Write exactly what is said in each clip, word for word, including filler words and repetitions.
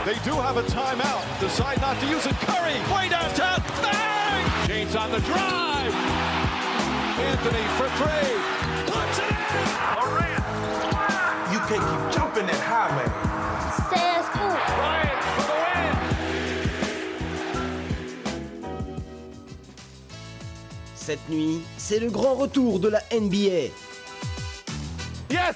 They do have a timeout. Decide not to use it. Curry, way downtown. Bang! James on the drive. Anthony for three. Puts it in. Durant. You can't keep jumping that high, man. Says who? Bryant for the win. Cette nuit, c'est le grand retour de la N B A. Yes!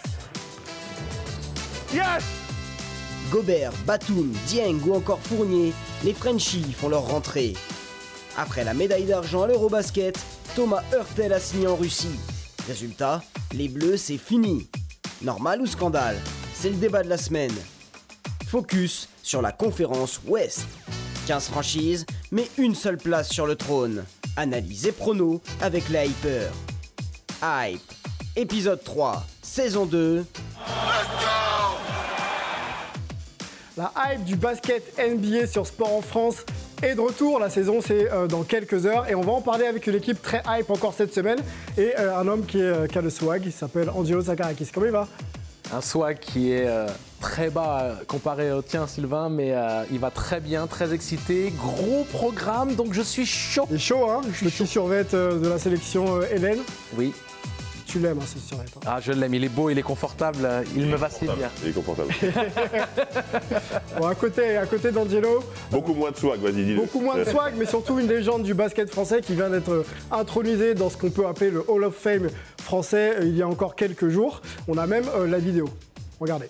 Yes! Gobert, Batum, Dieng ou encore Fournier, les Frenchies font leur rentrée. Après la médaille d'argent à l'Eurobasket, Thomas Hurtel a signé en Russie. Résultat, les Bleus, c'est fini. Normal ou scandale? C'est le débat de la semaine. Focus sur la conférence Ouest. quinze franchises, mais une seule place sur le trône. Analyse et prono avec les Hyper. Hype, épisode trois, saison deux. La hype du basket N B A sur Sport en France est de retour. La saison, c'est euh, dans quelques heures. Et on va en parler avec une équipe très hype encore cette semaine. Et euh, un homme qui, est, euh, qui a le swag, il s'appelle Angelo Sakarakis. Comment il va? Un swag qui est euh, très bas euh, comparé au tien, Sylvain, mais euh, il va très bien, très excité. Gros programme, donc je suis chaud. Il est chaud, hein? Le petit survêt euh, de la sélection euh, Hélène. Oui. Tu l'aimes, hein, ce survêt. Hein. Ah, je l'aime, il est beau, il est confortable, il, il me vacille bien. Il est confortable. Bon, à côté, à côté d'Angelo. Beaucoup moins de swag, vas-y, dis-le. Beaucoup moins de swag, mais surtout une légende du basket français qui vient d'être intronisée dans ce qu'on peut appeler le Hall of Fame français euh, il y a encore quelques jours. On a même euh, la vidéo. Regardez.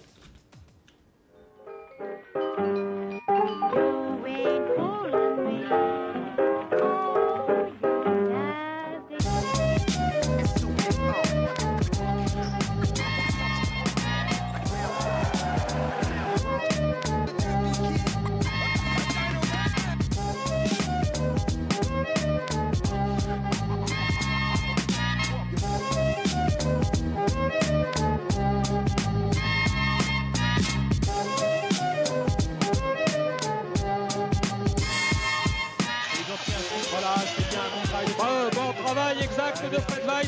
de Fred Weiss.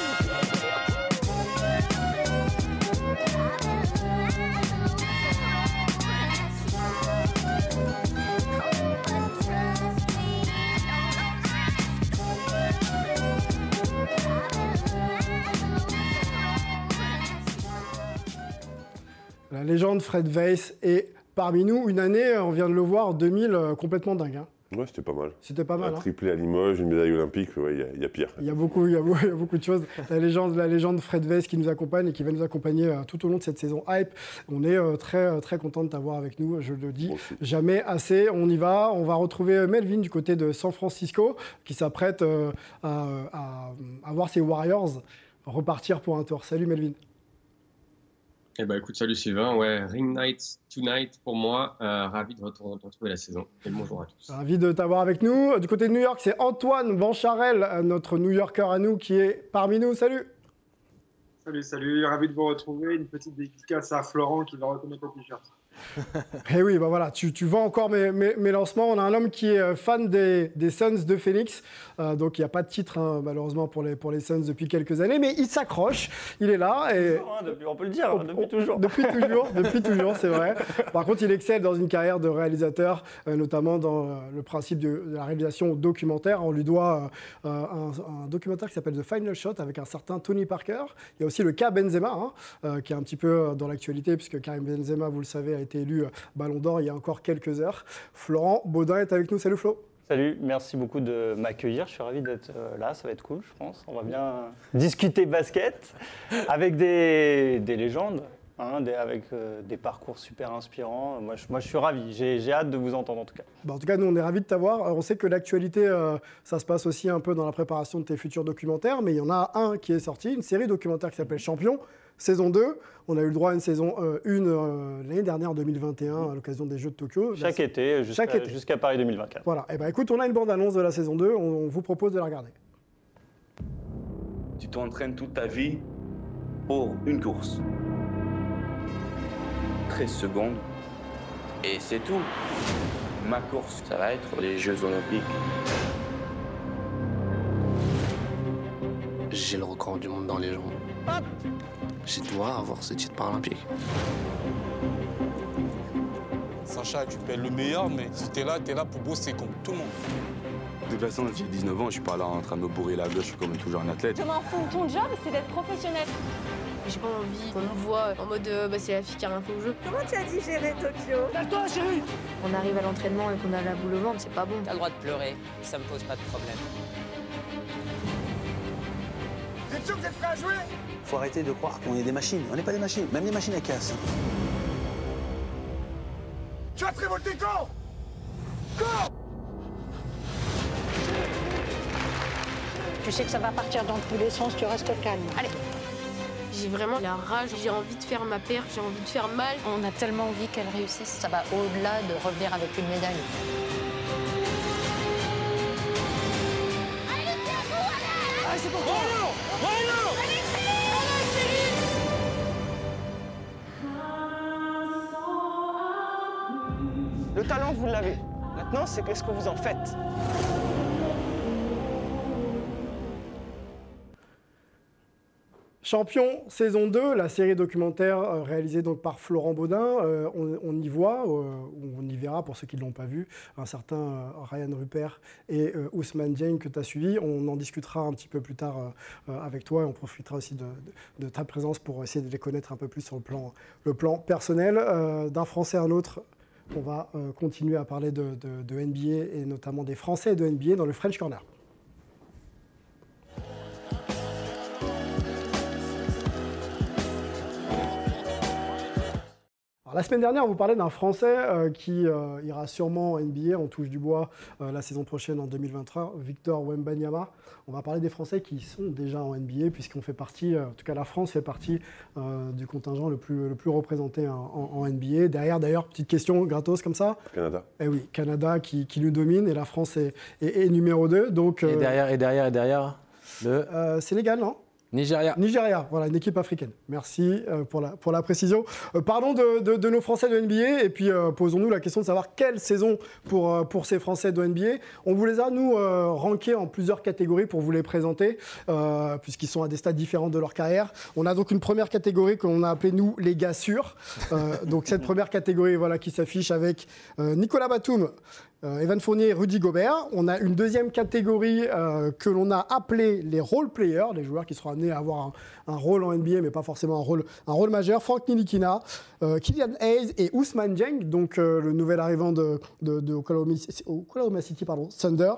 La légende Fred Weiss est parmi nous. Une année, on vient de le voir, en deux mille, complètement dingue. Hein. Ouais, c'était pas mal. C'était pas mal. Un hein. triplé à Limoges, une médaille olympique, il ouais, y, y a pire. Il y a beaucoup, il y a, il y a beaucoup de choses. La légende, la légende Fred Weiss qui nous accompagne et qui va nous accompagner euh, tout au long de cette saison Hype. On est euh, très, très content de t'avoir avec nous, je le dis bon, jamais assez. On y va. On va retrouver Melvin du côté de San Francisco qui s'apprête euh, à, à, à voir ses Warriors repartir pour un tour. Salut Melvin. Eh ben écoute, salut Sylvain, ouais, Ring Night Tonight pour moi, euh, ravi de retourner, de retrouver la saison et bonjour à tous. Ravi de t'avoir avec nous. Du côté de New York, c'est Antoine Bancharel, notre New Yorker à nous, qui est parmi nous. Salut. Salut, salut, ravi de vous retrouver. Une petite dédicace à Florent qui va reconnaître le t-shirt. Et oui, bah voilà, tu, tu vends encore mes, mes, mes lancements. On a un homme qui est fan des, des Suns de Phoenix, euh, donc il n'y a pas de titre hein, malheureusement pour les, pour les Suns depuis quelques années, mais il s'accroche, il est là. Et... Hein, depuis, on peut le dire, on, depuis toujours. Depuis toujours, depuis toujours, c'est vrai. Par contre, il excelle dans une carrière de réalisateur, euh, notamment dans euh, le principe de, de la réalisation documentaire. On lui doit euh, un, un documentaire qui s'appelle The Final Shot avec un certain Tony Parker. Il y a aussi le cas Benzema, hein, euh, qui est un petit peu dans l'actualité, puisque Karim Benzema, vous le savez, a été élu Ballon d'Or il y a encore quelques heures. Florent Baudin est avec nous. Salut Flo. Salut, merci beaucoup de m'accueillir. Je suis ravi d'être là, ça va être cool, je pense. On va bien discuter basket avec des, des légendes, hein, des, avec euh, des parcours super inspirants. Moi je, moi, je suis ravi, j'ai, j'ai hâte de vous entendre en tout cas. Bah, en tout cas, nous, on est ravis de t'avoir. On sait que l'actualité, euh, ça se passe aussi un peu dans la préparation de tes futurs documentaires, mais il y en a un qui est sorti, une série documentaire qui s'appelle Champion. Saison deux, on a eu le droit à une saison euh, un euh, l'année dernière, deux mille vingt et un, à l'occasion des Jeux de Tokyo. Chaque Là, été, jusqu'à, Chaque été, jusqu'à Paris deux mille vingt-quatre. Voilà, et ben écoute, on a une bande-annonce de la saison deux, on, on vous propose de la regarder. Tu t'entraînes toute ta vie pour une course. treize secondes, et c'est tout. Ma course, ça va être les Jeux Olympiques. J'ai le record du monde dans les jambes. Hop. Je dois avoir ce titre paralympique. Sacha, tu peux être le meilleur, mais si t'es là, t'es là pour bosser comme tout le monde. De toute façon, j'ai dix-neuf ans, je suis pas là en train de me bourrer la gueule, je suis comme toujours un athlète. Je m'en fous, ton job, c'est d'être professionnel. J'ai pas envie qu'on nous voit en mode euh, bah, c'est la fille qui a rien fait au jeu. Comment tu as digéré Tokyo? Lève-toi, chérie! On arrive à l'entraînement et qu'on a la boule au ventre, c'est pas bon. T'as le droit de pleurer, ça me pose pas de problème. Vous êtes sûr que vous êtes prêts à jouer? Faut arrêter de croire qu'on est des machines. On n'est pas des machines, même les machines elles cassent. Tu as révolté quand? Quand? Tu sais que ça va partir dans tous les sens, tu restes calme. Allez. J'ai vraiment la rage, j'ai envie de faire ma paire, j'ai envie de faire mal. On a tellement envie qu'elle réussisse. Ça va au-delà de revenir avec une médaille. Allez, c'est pour toi! Le talent, vous l'avez. Maintenant, c'est qu'est-ce que vous en faites? Champion, saison deux, la série documentaire euh, réalisée donc par Florent Baudin. Euh, on, on y voit, euh, on y verra pour ceux qui ne l'ont pas vu, un certain euh, Ryan Rupert et euh, Ousmane Dieng que tu as suivi. On en discutera un petit peu plus tard euh, avec toi et on profitera aussi de, de, de ta présence pour essayer de les connaître un peu plus sur le plan, le plan personnel. Euh, d'un Français à un autre, on va euh, continuer à parler de, de, de N B A et notamment des Français de N B A dans le French Corner. Alors, la semaine dernière, on vous parlait d'un Français euh, qui euh, ira sûrement en N B A, on touche du bois, euh, la saison prochaine en deux mille vingt-trois, Victor Wembanyama. On va parler des Français qui sont déjà en N B A, puisqu'on fait partie, euh, en tout cas la France fait partie euh, du contingent le plus, le plus représenté en, en, en N B A. Derrière, d'ailleurs, petite question gratos comme ça. Canada. Eh oui, Canada qui, qui nous domine et la France est, est, est numéro deux. Donc, euh, et derrière, et derrière, et derrière le... euh, Sénégal, non ? Nigeria. Nigeria, voilà, une équipe africaine. Merci euh, pour, la, pour la précision. Euh, parlons de, de, de nos Français de N B A et puis euh, posons-nous la question de savoir quelle saison pour, euh, pour ces Français de N B A. On vous les a, nous, euh, rankés en plusieurs catégories pour vous les présenter, euh, puisqu'ils sont à des stades différents de leur carrière. On a donc une première catégorie qu'on a appelée, nous, les gars sûrs. Euh, donc cette première catégorie voilà, qui s'affiche avec euh, Nicolas Batum, Euh, Evan Fournier et Rudy Gobert. On a une deuxième catégorie euh, que l'on a appelée les role players, les joueurs qui seront amenés à avoir un, un rôle en N B A, mais pas forcément un rôle, un rôle majeur. Frank Ntilikina, euh, Killian Hayes et Ousmane Dieng, donc euh, le nouvel arrivant de, de, de Oklahoma, Oklahoma City pardon, Thunder.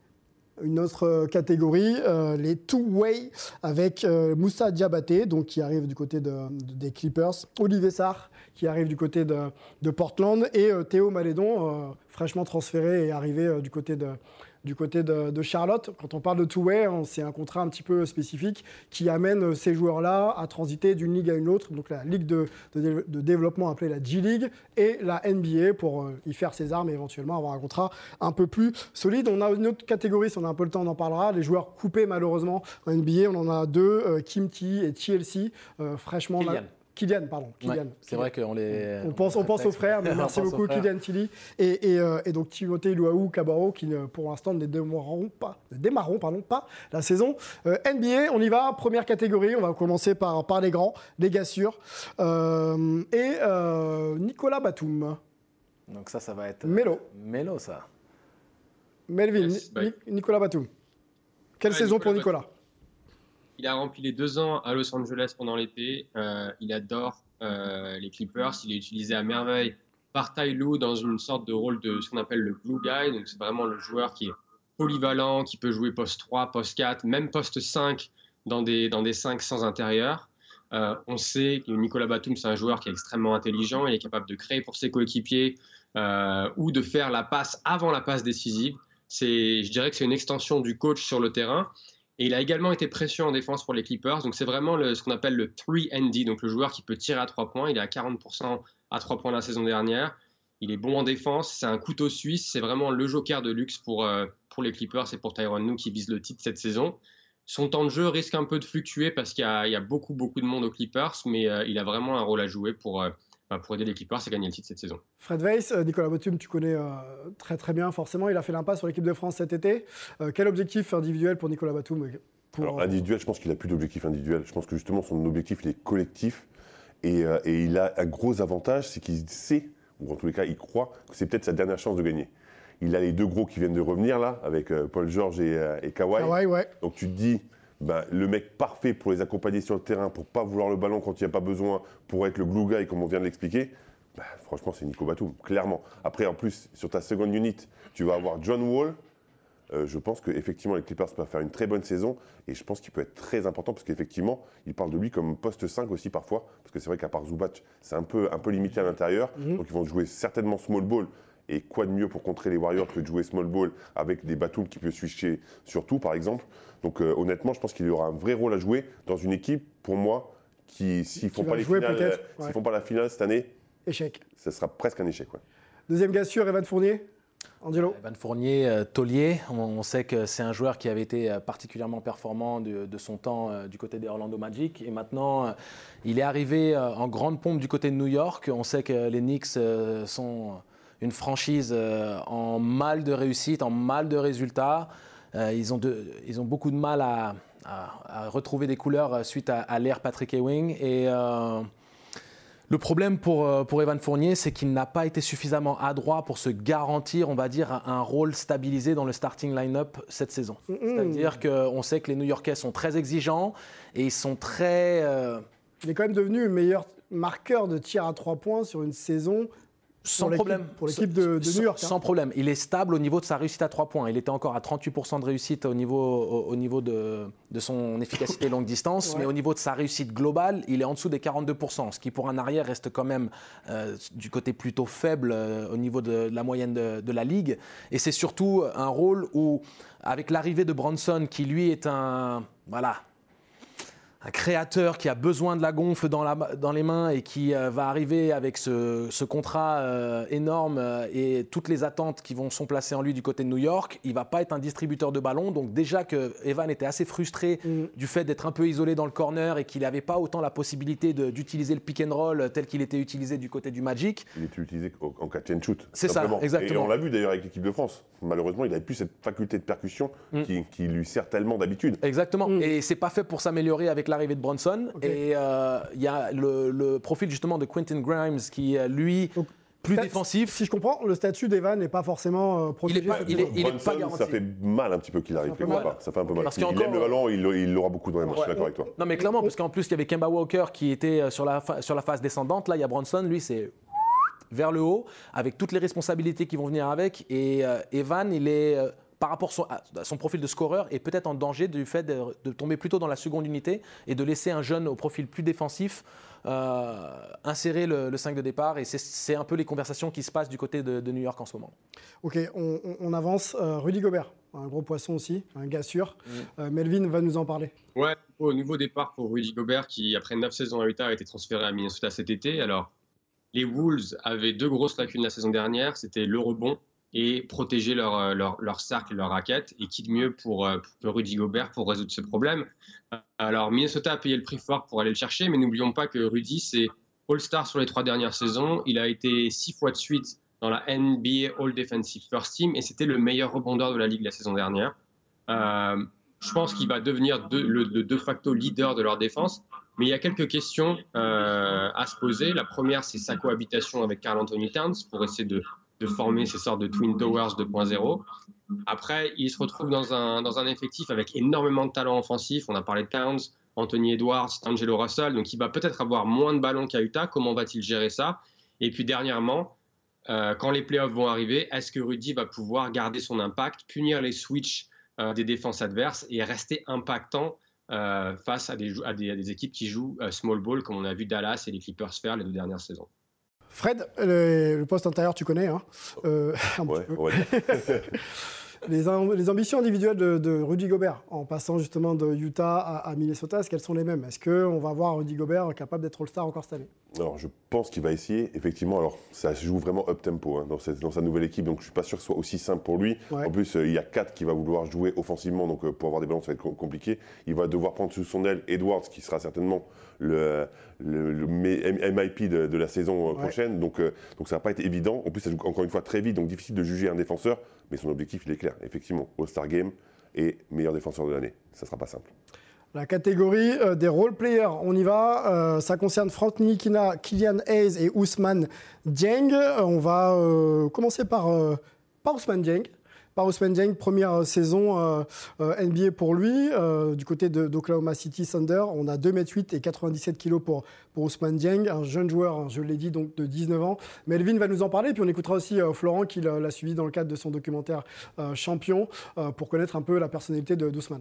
Une autre catégorie, euh, les two-way avec euh, Moussa Diabaté, donc qui arrive du côté de, de, des Clippers, Olivier Sarr qui arrive du côté de, de Portland et euh, Théo Malédon, euh, fraîchement transféré et arrivé euh, du côté de du côté de, de Charlotte. Quand on parle de two-way, hein, c'est un contrat un petit peu spécifique qui amène ces joueurs-là à transiter d'une ligue à une autre. Donc la ligue de, de, de développement appelée la G-League et la N B A pour euh, y faire ses armes et éventuellement avoir un contrat un peu plus solide. On a une autre catégorie, si on a un peu le temps, on en parlera. Les joueurs coupés malheureusement en N B A, on en a deux, euh, Kim T et T L C, euh, fraîchement... Kylian. La... Kylian, pardon. Kylian. Ouais, c'est vrai qu'on les... On pense, on pense aux frères, mais merci beaucoup Kylian Tilly. Et, et, euh, et donc Timothée Luaou Cabarro qui, pour l'instant, ne démarreront pas, ne démarreront, pardon, pas la saison. Euh, N B A, on y va. Première catégorie, on va commencer par, par les grands, les gars sûrs. Euh, et euh, Nicolas Batum. Donc ça, ça va être... Mélo. Mélo, ça. Melvin, Yes, Ni- Nicolas Batum. Quelle Ouais, saison Nicolas pour Nicolas? Batum. Il a rempli les deux ans à Los Angeles pendant l'été. Euh, il adore euh, les Clippers. Il est utilisé à merveille par Ty Lue dans une sorte de rôle de ce qu'on appelle le glue guy. Donc c'est vraiment le joueur qui est polyvalent, qui peut jouer poste trois, poste quatre, même poste cinq dans des, dans des cinq sans intérieur. Euh, on sait que Nicolas Batum, c'est un joueur qui est extrêmement intelligent. Il est capable de créer pour ses coéquipiers euh, ou de faire la passe avant la passe décisive. C'est, je dirais que c'est une extension du coach sur le terrain. Et il a également été précieux en défense pour les Clippers. Donc c'est vraiment le, ce qu'on appelle le trois N D, donc le joueur qui peut tirer à trois points. Il est à quarante pour cent à trois points la saison dernière. Il est bon en défense. C'est un couteau suisse. C'est vraiment le joker de luxe pour, euh, pour les Clippers et pour Tyronn Lue qui vise le titre cette saison. Son temps de jeu risque un peu de fluctuer parce qu'il y a, il y a beaucoup, beaucoup de monde aux Clippers, mais euh, il a vraiment un rôle à jouer pour... Euh, pour aider les Clippers à gagner le titre cette saison. Fred Weiss, Nicolas Batum, tu connais euh, très très bien forcément. Il a fait l'impasse sur l'équipe de France cet été. Euh, quel objectif individuel pour Nicolas Batum pour... Alors individuel, je pense qu'il n'a plus d'objectif individuel. Je pense que justement son objectif, il est collectif. Et, euh, et il a un gros avantage, c'est qu'il sait ou en tous les cas, il croit que c'est peut-être sa dernière chance de gagner. Il a les deux gros qui viennent de revenir là, avec euh, Paul George et, euh, et Kawhi. Kawhi, ouais. Donc tu te dis, ben, le mec parfait pour les accompagner sur le terrain, pour pas vouloir le ballon quand il n'y a pas besoin, pour être le glue guy comme on vient de l'expliquer, ben, franchement c'est Nico Batum, clairement. Après en plus, sur ta seconde unit, tu vas avoir John Wall. Euh, je pense qu'effectivement les Clippers peuvent faire une très bonne saison et je pense qu'il peut être très important parce qu'effectivement, il parle de lui comme poste cinq aussi parfois, parce que c'est vrai qu'à part Zubac, c'est un peu, un peu limité à l'intérieur, mm-hmm. donc ils vont jouer certainement small ball. Et quoi de mieux pour contrer les Warriors que de jouer small ball avec des Batum qui peuvent switcher sur tout, par exemple. Donc euh, honnêtement, je pense qu'il y aura un vrai rôle à jouer dans une équipe, pour moi, qui, s'ils ne font, euh, ouais. font pas la finale cette année, échec. Ça sera presque un échec. Ouais. Deuxième gars sûr, Evan Fournier. Angelo. Evan Fournier, euh, taulier, on, on sait que c'est un joueur qui avait été euh, particulièrement performant de, de son temps euh, du côté des Orlando Magic. Et maintenant, euh, il est arrivé euh, en grande pompe du côté de New York. On sait que les Knicks euh, sont une franchise euh, en mal de réussite, en mal de résultats. Euh, ils, ont de, ils ont beaucoup de mal à, à, à retrouver des couleurs suite à, à l'ère Patrick Ewing. Et euh, le problème pour, pour Evan Fournier, c'est qu'il n'a pas été suffisamment adroit pour se garantir, on va dire, un rôle stabilisé dans le starting line-up cette saison. Mmh. C'est-à-dire qu'on sait que les New-Yorkais sont très exigeants et ils sont très... Euh... Il est quand même devenu le meilleur marqueur de tir à trois points sur une saison. Sans pour problème. Pour l'équipe de, de New York. Sans, sans problème. Il est stable au niveau de sa réussite à trois points. Il était encore à trente-huit pour cent de réussite au niveau, au, au niveau de, de son efficacité longue distance. Ouais. Mais au niveau de sa réussite globale, il est en dessous des quarante-deux pour cent. Ce qui, pour un arrière, reste quand même euh, du côté plutôt faible euh, au niveau de, de la moyenne de, de la Ligue. Et c'est surtout un rôle où, avec l'arrivée de Bronson, qui lui est un... Voilà. un créateur qui a besoin de la gonfle dans, la, dans les mains et qui euh, va arriver avec ce, ce contrat euh, énorme euh, et toutes les attentes qui vont sont placées en lui du côté de New York, il ne va pas être un distributeur de ballon. Donc déjà que Evan était assez frustré mm. du fait d'être un peu isolé dans le corner et qu'il n'avait pas autant la possibilité de, d'utiliser le pick and roll tel qu'il était utilisé du côté du Magic. Il était utilisé en catch and shoot. C'est simplement. Ça, exactement. Et on l'a vu d'ailleurs avec l'équipe de France. Malheureusement, il n'avait plus cette faculté de percussion mm. qui, qui lui sert tellement d'habitude. Exactement. Mm. Et ce n'est pas fait pour s'améliorer avec l'arrivée de Bronson. Okay. Et il euh, y a le, le profil justement de Quentin Grimes qui, lui, Donc, plus défensif. Si je comprends, le statut d'Evan n'est pas forcément euh, protégé. Il n'est pas, il est, il est pas garanti. Ça fait mal un petit peu qu'il arrive quelque part. Ça fait un peu mal. Parce il encore, aime le ballon, il, il l'aura beaucoup dans les matchs. Ouais. Je suis d'accord avec toi. Non, mais clairement, parce qu'en plus, il y avait Kemba Walker qui était sur la, sur la phase descendante. Là, il y a Bronson, lui, c'est vers le haut, avec toutes les responsabilités qui vont venir avec. Et euh, Evan, il est... Euh, par rapport son, à son profil de scoreur, est peut-être en danger du fait de, de tomber plutôt dans la seconde unité et de laisser un jeune au profil plus défensif euh, insérer le, le cinq de départ. Et c'est, c'est un peu les conversations qui se passent du côté de, de New York en ce moment. Ok, on, on avance. Euh, Rudy Gobert, un gros poisson aussi, un gars sûr. Mm. Euh, Melvin va nous en parler. Ouais, au nouveau départ pour Rudy Gobert qui, après neuf saisons à Utah, a été transféré à Minnesota cet été. Alors, les Wolves avaient deux grosses lacunes la saison dernière, c'était le rebond et protéger leur, leur, leur cercle et leur raquette. Et qui de mieux pour, pour Rudy Gobert pour résoudre ce problème. Alors, Minnesota a payé le prix fort pour aller le chercher, mais n'oublions pas que Rudy, c'est All-Star sur les trois dernières saisons. Il a été six fois de suite dans la N B A All-Defensive First Team et c'était le meilleur rebondeur de la Ligue la saison dernière. Euh, je pense qu'il va devenir de, le, le de facto leader de leur défense. Mais il y a quelques questions euh, à se poser. La première, c'est sa cohabitation avec Karl Anthony Towns pour essayer de de former ces sortes de Twin Towers deux point zéro. Après, il se retrouve dans un, dans un effectif avec énormément de talent offensif. On a parlé de Towns, Anthony Edwards, D'Angelo Russell. Donc, il va peut-être avoir moins de ballons qu'à Utah. Comment va-t-il gérer ça? Et puis, dernièrement, euh, quand les playoffs vont arriver, est-ce que Rudy va pouvoir garder son impact, punir les switches euh, des défenses adverses et rester impactant euh, face à des, à, des, à des équipes qui jouent euh, small ball, comme on a vu Dallas et les Clippers faire les deux dernières saisons? Fred, le, le poste intérieur, tu connais, hein euh, ouais, ouais. les, les ambitions individuelles de, de Rudy Gobert, en passant justement de Utah à, à Minnesota, est-ce qu'elles sont les mêmes? Est-ce qu'on va voir Rudy Gobert capable d'être All-Star encore cette année? Alors, je pense qu'il va essayer, effectivement. Alors, ça se joue vraiment up-tempo hein, dans, cette, dans sa nouvelle équipe, donc je ne suis pas sûr que ce soit aussi simple pour lui. Ouais. En plus, euh, il y a quatre qui va vouloir jouer offensivement, donc euh, pour avoir des ballons, ça va être compliqué. Il va devoir prendre sous son aile Edwards, qui sera certainement le, le, le M I P de, de la saison ouais. prochaine, donc, euh, donc ça ne va pas être évident. En plus, ça joue encore une fois très vite, donc difficile de juger un défenseur, mais son objectif, il est clair, effectivement. All-Star Game et meilleur défenseur de l'année. Ça ne sera pas simple. La catégorie euh, des role players, on y va. Euh, ça concerne Franck Ntilikina, Kylian Hayes et Ousmane Dieng. Euh, on va euh, commencer par, euh, par Ousmane Dieng. Par Ousmane Dieng, première saison euh, euh, N B A pour lui. Euh, du côté de, d'Oklahoma City Thunder, on a deux mètres huit et quatre-vingt-dix-sept kilos pour, pour Ousmane Dieng, un jeune joueur, hein, je l'ai dit, donc de dix-neuf ans. Melvin va nous en parler, puis on écoutera aussi euh, Florent qui l'a, l'a suivi dans le cadre de son documentaire euh, Champion, euh, pour connaître un peu la personnalité de, d'Ousmane.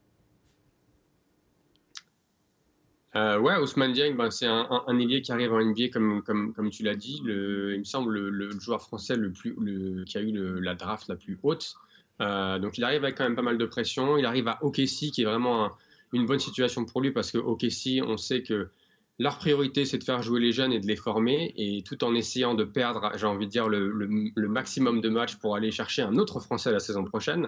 Euh, ouais, Ousmane Dieng, ben, c'est un, un, un ailier qui arrive en N B A comme, comme, comme tu l'as dit. Le, il me semble le, le joueur français le plus, le, qui a eu le, la draft la plus haute. Euh, donc il arrive avec quand même pas mal de pression. Il arrive à O K C qui est vraiment un, une bonne situation pour lui parce que O K C, on sait que leur priorité c'est de faire jouer les jeunes et de les former et tout en essayant de perdre, j'ai envie de dire, le, le, le maximum de matchs pour aller chercher un autre Français la saison prochaine.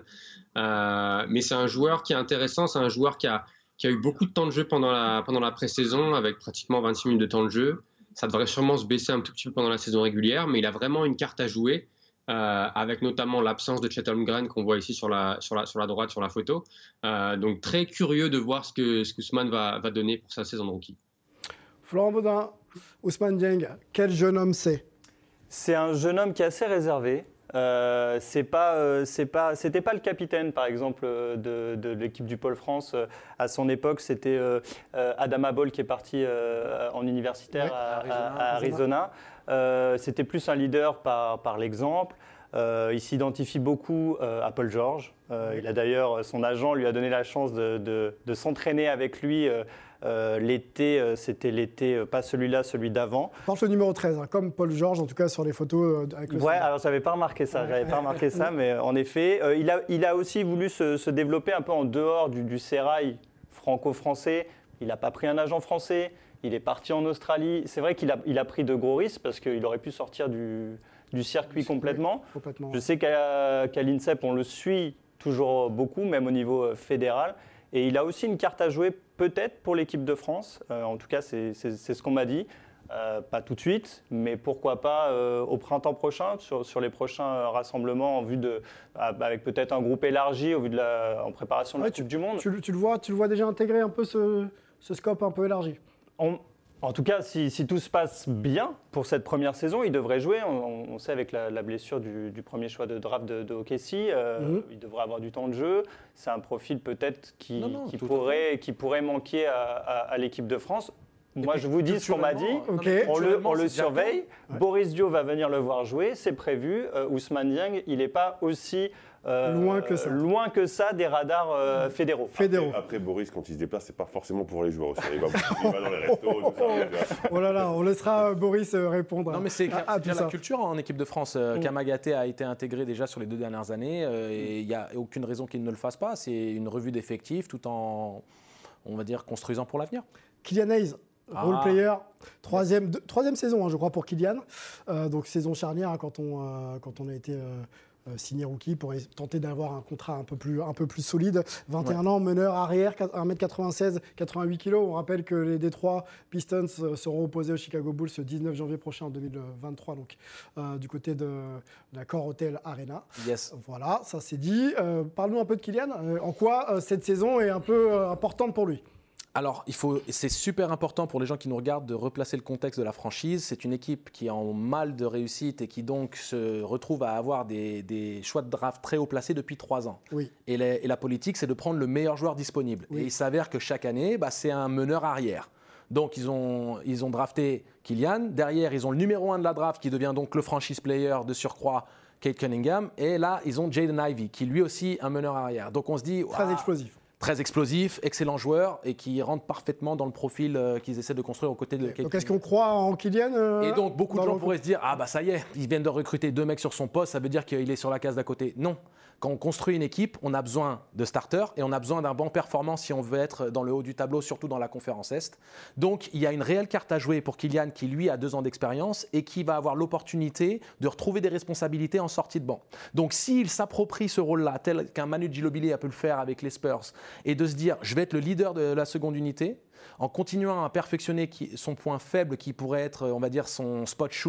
Euh, mais c'est un joueur qui est intéressant, c'est un joueur qui a qui a eu beaucoup de temps de jeu pendant la, pendant la pré-saison, avec pratiquement vingt-six minutes de temps de jeu. Ça devrait sûrement se baisser un tout petit peu pendant la saison régulière, mais il a vraiment une carte à jouer, euh, avec notamment l'absence de Chet Holmgren qu'on voit ici sur la, sur la, sur la droite, sur la photo. Euh, donc très curieux de voir ce que, ce que Ousmane va, va donner pour sa saison de rookie. Florent Baudin, Ousmane Dieng, quel jeune homme c'est ? C'est un jeune homme qui est assez réservé. Euh, c'est pas, euh, c'est pas, c'était pas le capitaine, par exemple, de, de l'équipe du Pôle France. À son époque, c'était euh, Adama Ball qui est parti euh, en universitaire ouais, à, Arizona. À, à Arizona. Euh, c'était plus un leader par, par l'exemple. Euh, il s'identifie beaucoup euh, à Paul George. Euh, ouais. Il a d'ailleurs, son agent lui a donné la chance de, de, de s'entraîner avec lui. Euh, Euh, l'été, euh, c'était l'été, euh, pas celui-là, celui d'avant. Porte le numéro treize, hein, comme Paul George, en tout cas sur les photos euh, avec le Ouais, stade. Alors j'avais pas remarqué ça, j'avais pas remarqué ça, mais en effet, euh, il, a, il a aussi voulu se, se développer un peu en dehors du, du sérail franco-français. Il n'a pas pris un agent français, il est parti en Australie. C'est vrai qu'il a, il a pris de gros risques parce qu'il aurait pu sortir du, du circuit complètement. Oui, complètement. Je sais qu'à, qu'à l'INSEP, on le suit toujours beaucoup, même au niveau fédéral. Et il a aussi une carte à jouer peut-être pour l'équipe de France. Euh, en tout cas, c'est, c'est, c'est ce qu'on m'a dit. Euh, pas tout de suite, mais pourquoi pas euh, au printemps prochain, sur, sur les prochains rassemblements en vue de, avec peut-être un groupe élargi au vu de la, en préparation de ouais, la Coupe du Monde. Tu, tu, le vois, tu le vois déjà intégrer un peu ce, ce scope un peu élargi. On, En tout cas, si, si tout se passe bien pour cette première saison, il devrait jouer. On, on sait avec la, la blessure du, du premier choix de draft de, de O K C, euh, mm-hmm. il devrait avoir du temps de jeu. C'est un profil peut-être qui, non, non, qui, pourrait, qui pourrait manquer à, à, à l'équipe de France. Moi, je vous dis ce qu'on m'a dit. Okay. On le, on le surveille. Ouais. Boris Dio va venir le voir jouer, c'est prévu. Euh, Ousmane Dieng, il n'est pas aussi euh, loin, que ça. loin que ça des radars euh, fédéraux. fédéraux. Après, après, Boris, quand il se déplace, c'est pas forcément pour les joueurs aussi. Il va, il va dans les restos. Tout ça, oh là là, on laissera Boris répondre. Non, mais c'est à, à bien la culture en équipe de France. Mm. Kamagaté a été intégré déjà sur les deux dernières années euh, et il n'y a aucune raison qu'il ne le fasse pas. C'est une revue d'effectifs tout en, on va dire, construisant pour l'avenir. Kylian Hayes. Role ah. player, troisième, de, troisième saison, hein, je crois, pour Kylian. Euh, donc saison charnière hein, quand, on, euh, quand on a été euh, euh, signé rookie pour tenter d'avoir un contrat un peu plus, un peu plus solide. vingt et un ouais. ans, meneur arrière, un mètre quatre-vingt-seize, quatre-vingt-huit kilos. On rappelle que les Detroit Pistons seront opposés aux Chicago Bulls le dix-neuf janvier prochain en deux mille vingt-trois, donc euh, du côté de, de la Core Hotel Arena. Yes. Voilà, ça c'est dit. Euh, parle-nous un peu de Kylian. Euh, en quoi euh, cette saison est un peu euh, importante pour lui ? Alors, il faut, c'est super important pour les gens qui nous regardent de replacer le contexte de la franchise. C'est une équipe qui est en mal de réussite et qui donc se retrouve à avoir des, des choix de draft très haut placés depuis trois ans. Oui. Et, les, et la politique, c'est de prendre le meilleur joueur disponible. Oui. Et il s'avère que chaque année, bah, c'est un meneur arrière. Donc, ils ont, ils ont drafté Kylian. Derrière, ils ont le numéro un de la draft qui devient donc le franchise player de surcroît, Cade Cunningham. Et là, ils ont Jaden Ivey, qui lui aussi un meneur arrière. Donc, on se dit... Très explosif. Très explosif, excellent joueur et qui rentre parfaitement dans le profil euh, qu'ils essaient de construire aux côtés de Kate. Donc est-ce qu'on croit en Kylian euh, Et donc beaucoup de gens pourraient se dire ah bah ça y est, ils viennent de recruter deux mecs sur son poste, ça veut dire qu'il est sur la case d'à côté. Non. Quand on construit une équipe, on a besoin de starters et on a besoin d'un bon performant si on veut être dans le haut du tableau, surtout dans la conférence Est. Donc, il y a une réelle carte à jouer pour Kylian qui, lui, a deux ans d'expérience et qui va avoir l'opportunité de retrouver des responsabilités en sortie de banc. Donc, s'il s'approprie ce rôle-là, tel qu'un Manu Ginobili a pu le faire avec les Spurs, et de se dire « je vais être le leader de la seconde unité », en continuant à perfectionner son point faible qui pourrait être, on va dire, son spot shoot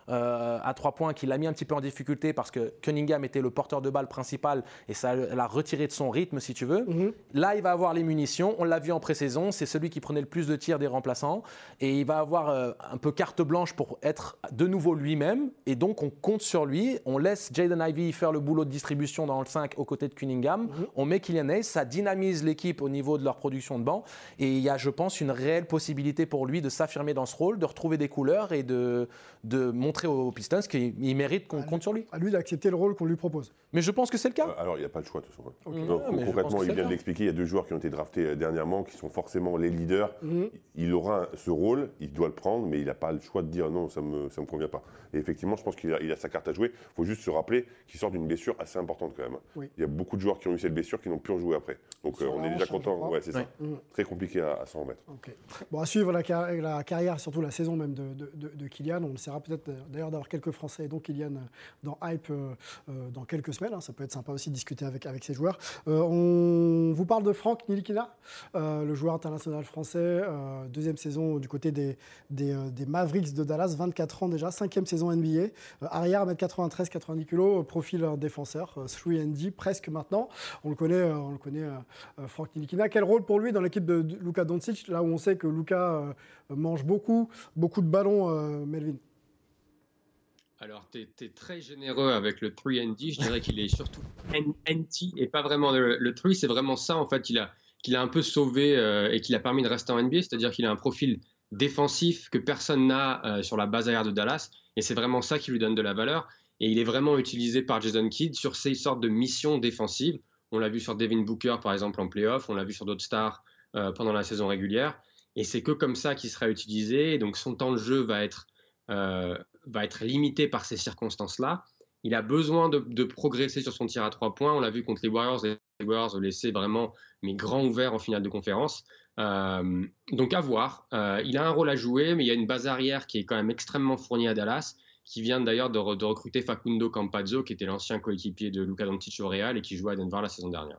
euh, à trois points qui l'a mis un petit peu en difficulté parce que Cunningham était le porteur de balle principal et ça l'a retiré de son rythme, si tu veux. Mm-hmm. Là, il va avoir les munitions. On l'a vu en pré-saison, c'est celui qui prenait le plus de tirs des remplaçants et il va avoir euh, un peu carte blanche pour être de nouveau lui-même et donc on compte sur lui. On laisse Jaden Ivey faire le boulot de distribution dans le cinq aux côtés de Cunningham. Mm-hmm. On met Killian Hayes, ça dynamise l'équipe au niveau de leur production de banc et il y a, je pense, une réelle possibilité pour lui de s'affirmer dans ce rôle, de retrouver des couleurs et de, de montrer aux Pistons qu'il mérite qu'on compte sur lui. À lui d'accepter le rôle qu'on lui propose. Mais je pense que c'est le cas. Alors, il n'y a pas le choix, de toute façon. Okay. Donc, ouais, concrètement, il vient de l'expliquer, il y a deux joueurs qui ont été draftés dernièrement, qui sont forcément les leaders. Mm-hmm. Il aura ce rôle, il doit le prendre, mais il n'a pas le choix de dire non, ça ne me, ça me convient pas. Et effectivement, je pense qu'il a, il a sa carte à jouer. Il faut juste se rappeler qu'il sort d'une blessure assez importante quand même. Oui. Il y a beaucoup de joueurs qui ont eu cette blessure qui n'ont plus rejoué après. Donc, euh, on est déjà content. Ouais, c'est ça. Ouais. Mmh. Très compliqué à, à s'en remettre. Okay. Bon, à suivre la, car- la carrière, surtout la saison même de, de, de, de Kylian. On essaiera peut-être d'ailleurs d'avoir quelques Français, dont Kylian, dans Hype euh, euh, dans quelques semaines. Hein. Ça peut être sympa aussi de discuter avec, avec ces joueurs. Euh, on vous parle de Franck Ntilikina, euh, le joueur international français. Euh, deuxième saison du côté des, des, euh, des Mavericks de Dallas, vingt-quatre ans déjà, cinquième saison N B A. Euh, arrière, un mètre quatre-vingt-treize, quatre-vingt-dix kilos, profil euh, défenseur, euh, trois and D presque maintenant. On le connaît, euh, on le connaît euh, Franck Ntilikina. Quel rôle pour lui dans l'équipe de, de Luka Doncic, là où on sait que Luka euh, mange beaucoup, beaucoup de ballons, euh, Melvin? Alors, tu es très généreux avec le trois and D. Je dirais qu'il est surtout N T et pas vraiment le, le trois. C'est vraiment ça, en fait, qu'il a, qu'il a un peu sauvé euh, et qu'il a permis de rester en N B A. C'est-à-dire qu'il a un profil défensif que personne n'a euh, sur la base arrière de Dallas. Et c'est vraiment ça qui lui donne de la valeur. Et il est vraiment utilisé par Jason Kidd sur ces sortes de missions défensives. On l'a vu sur Devin Booker, par exemple, en play-off. On l'a vu sur d'autres stars euh, pendant la saison régulière. Et c'est que comme ça qu'il sera utilisé. Et donc, son temps de jeu va être, euh, va être limité par ces circonstances-là. Il a besoin de, de progresser sur son tir à trois points. On l'a vu contre les Warriors. Les Warriors ont laissé vraiment mais grand ouvert en finale de conférence. Euh, donc, à voir. Euh, il a un rôle à jouer, mais il y a une base arrière qui est quand même extrêmement fournie à Dallas, qui vient d'ailleurs de, re, de recruter Facundo Campazzo, qui était l'ancien coéquipier de Luka Doncic au Real et qui jouait à Denver la saison dernière.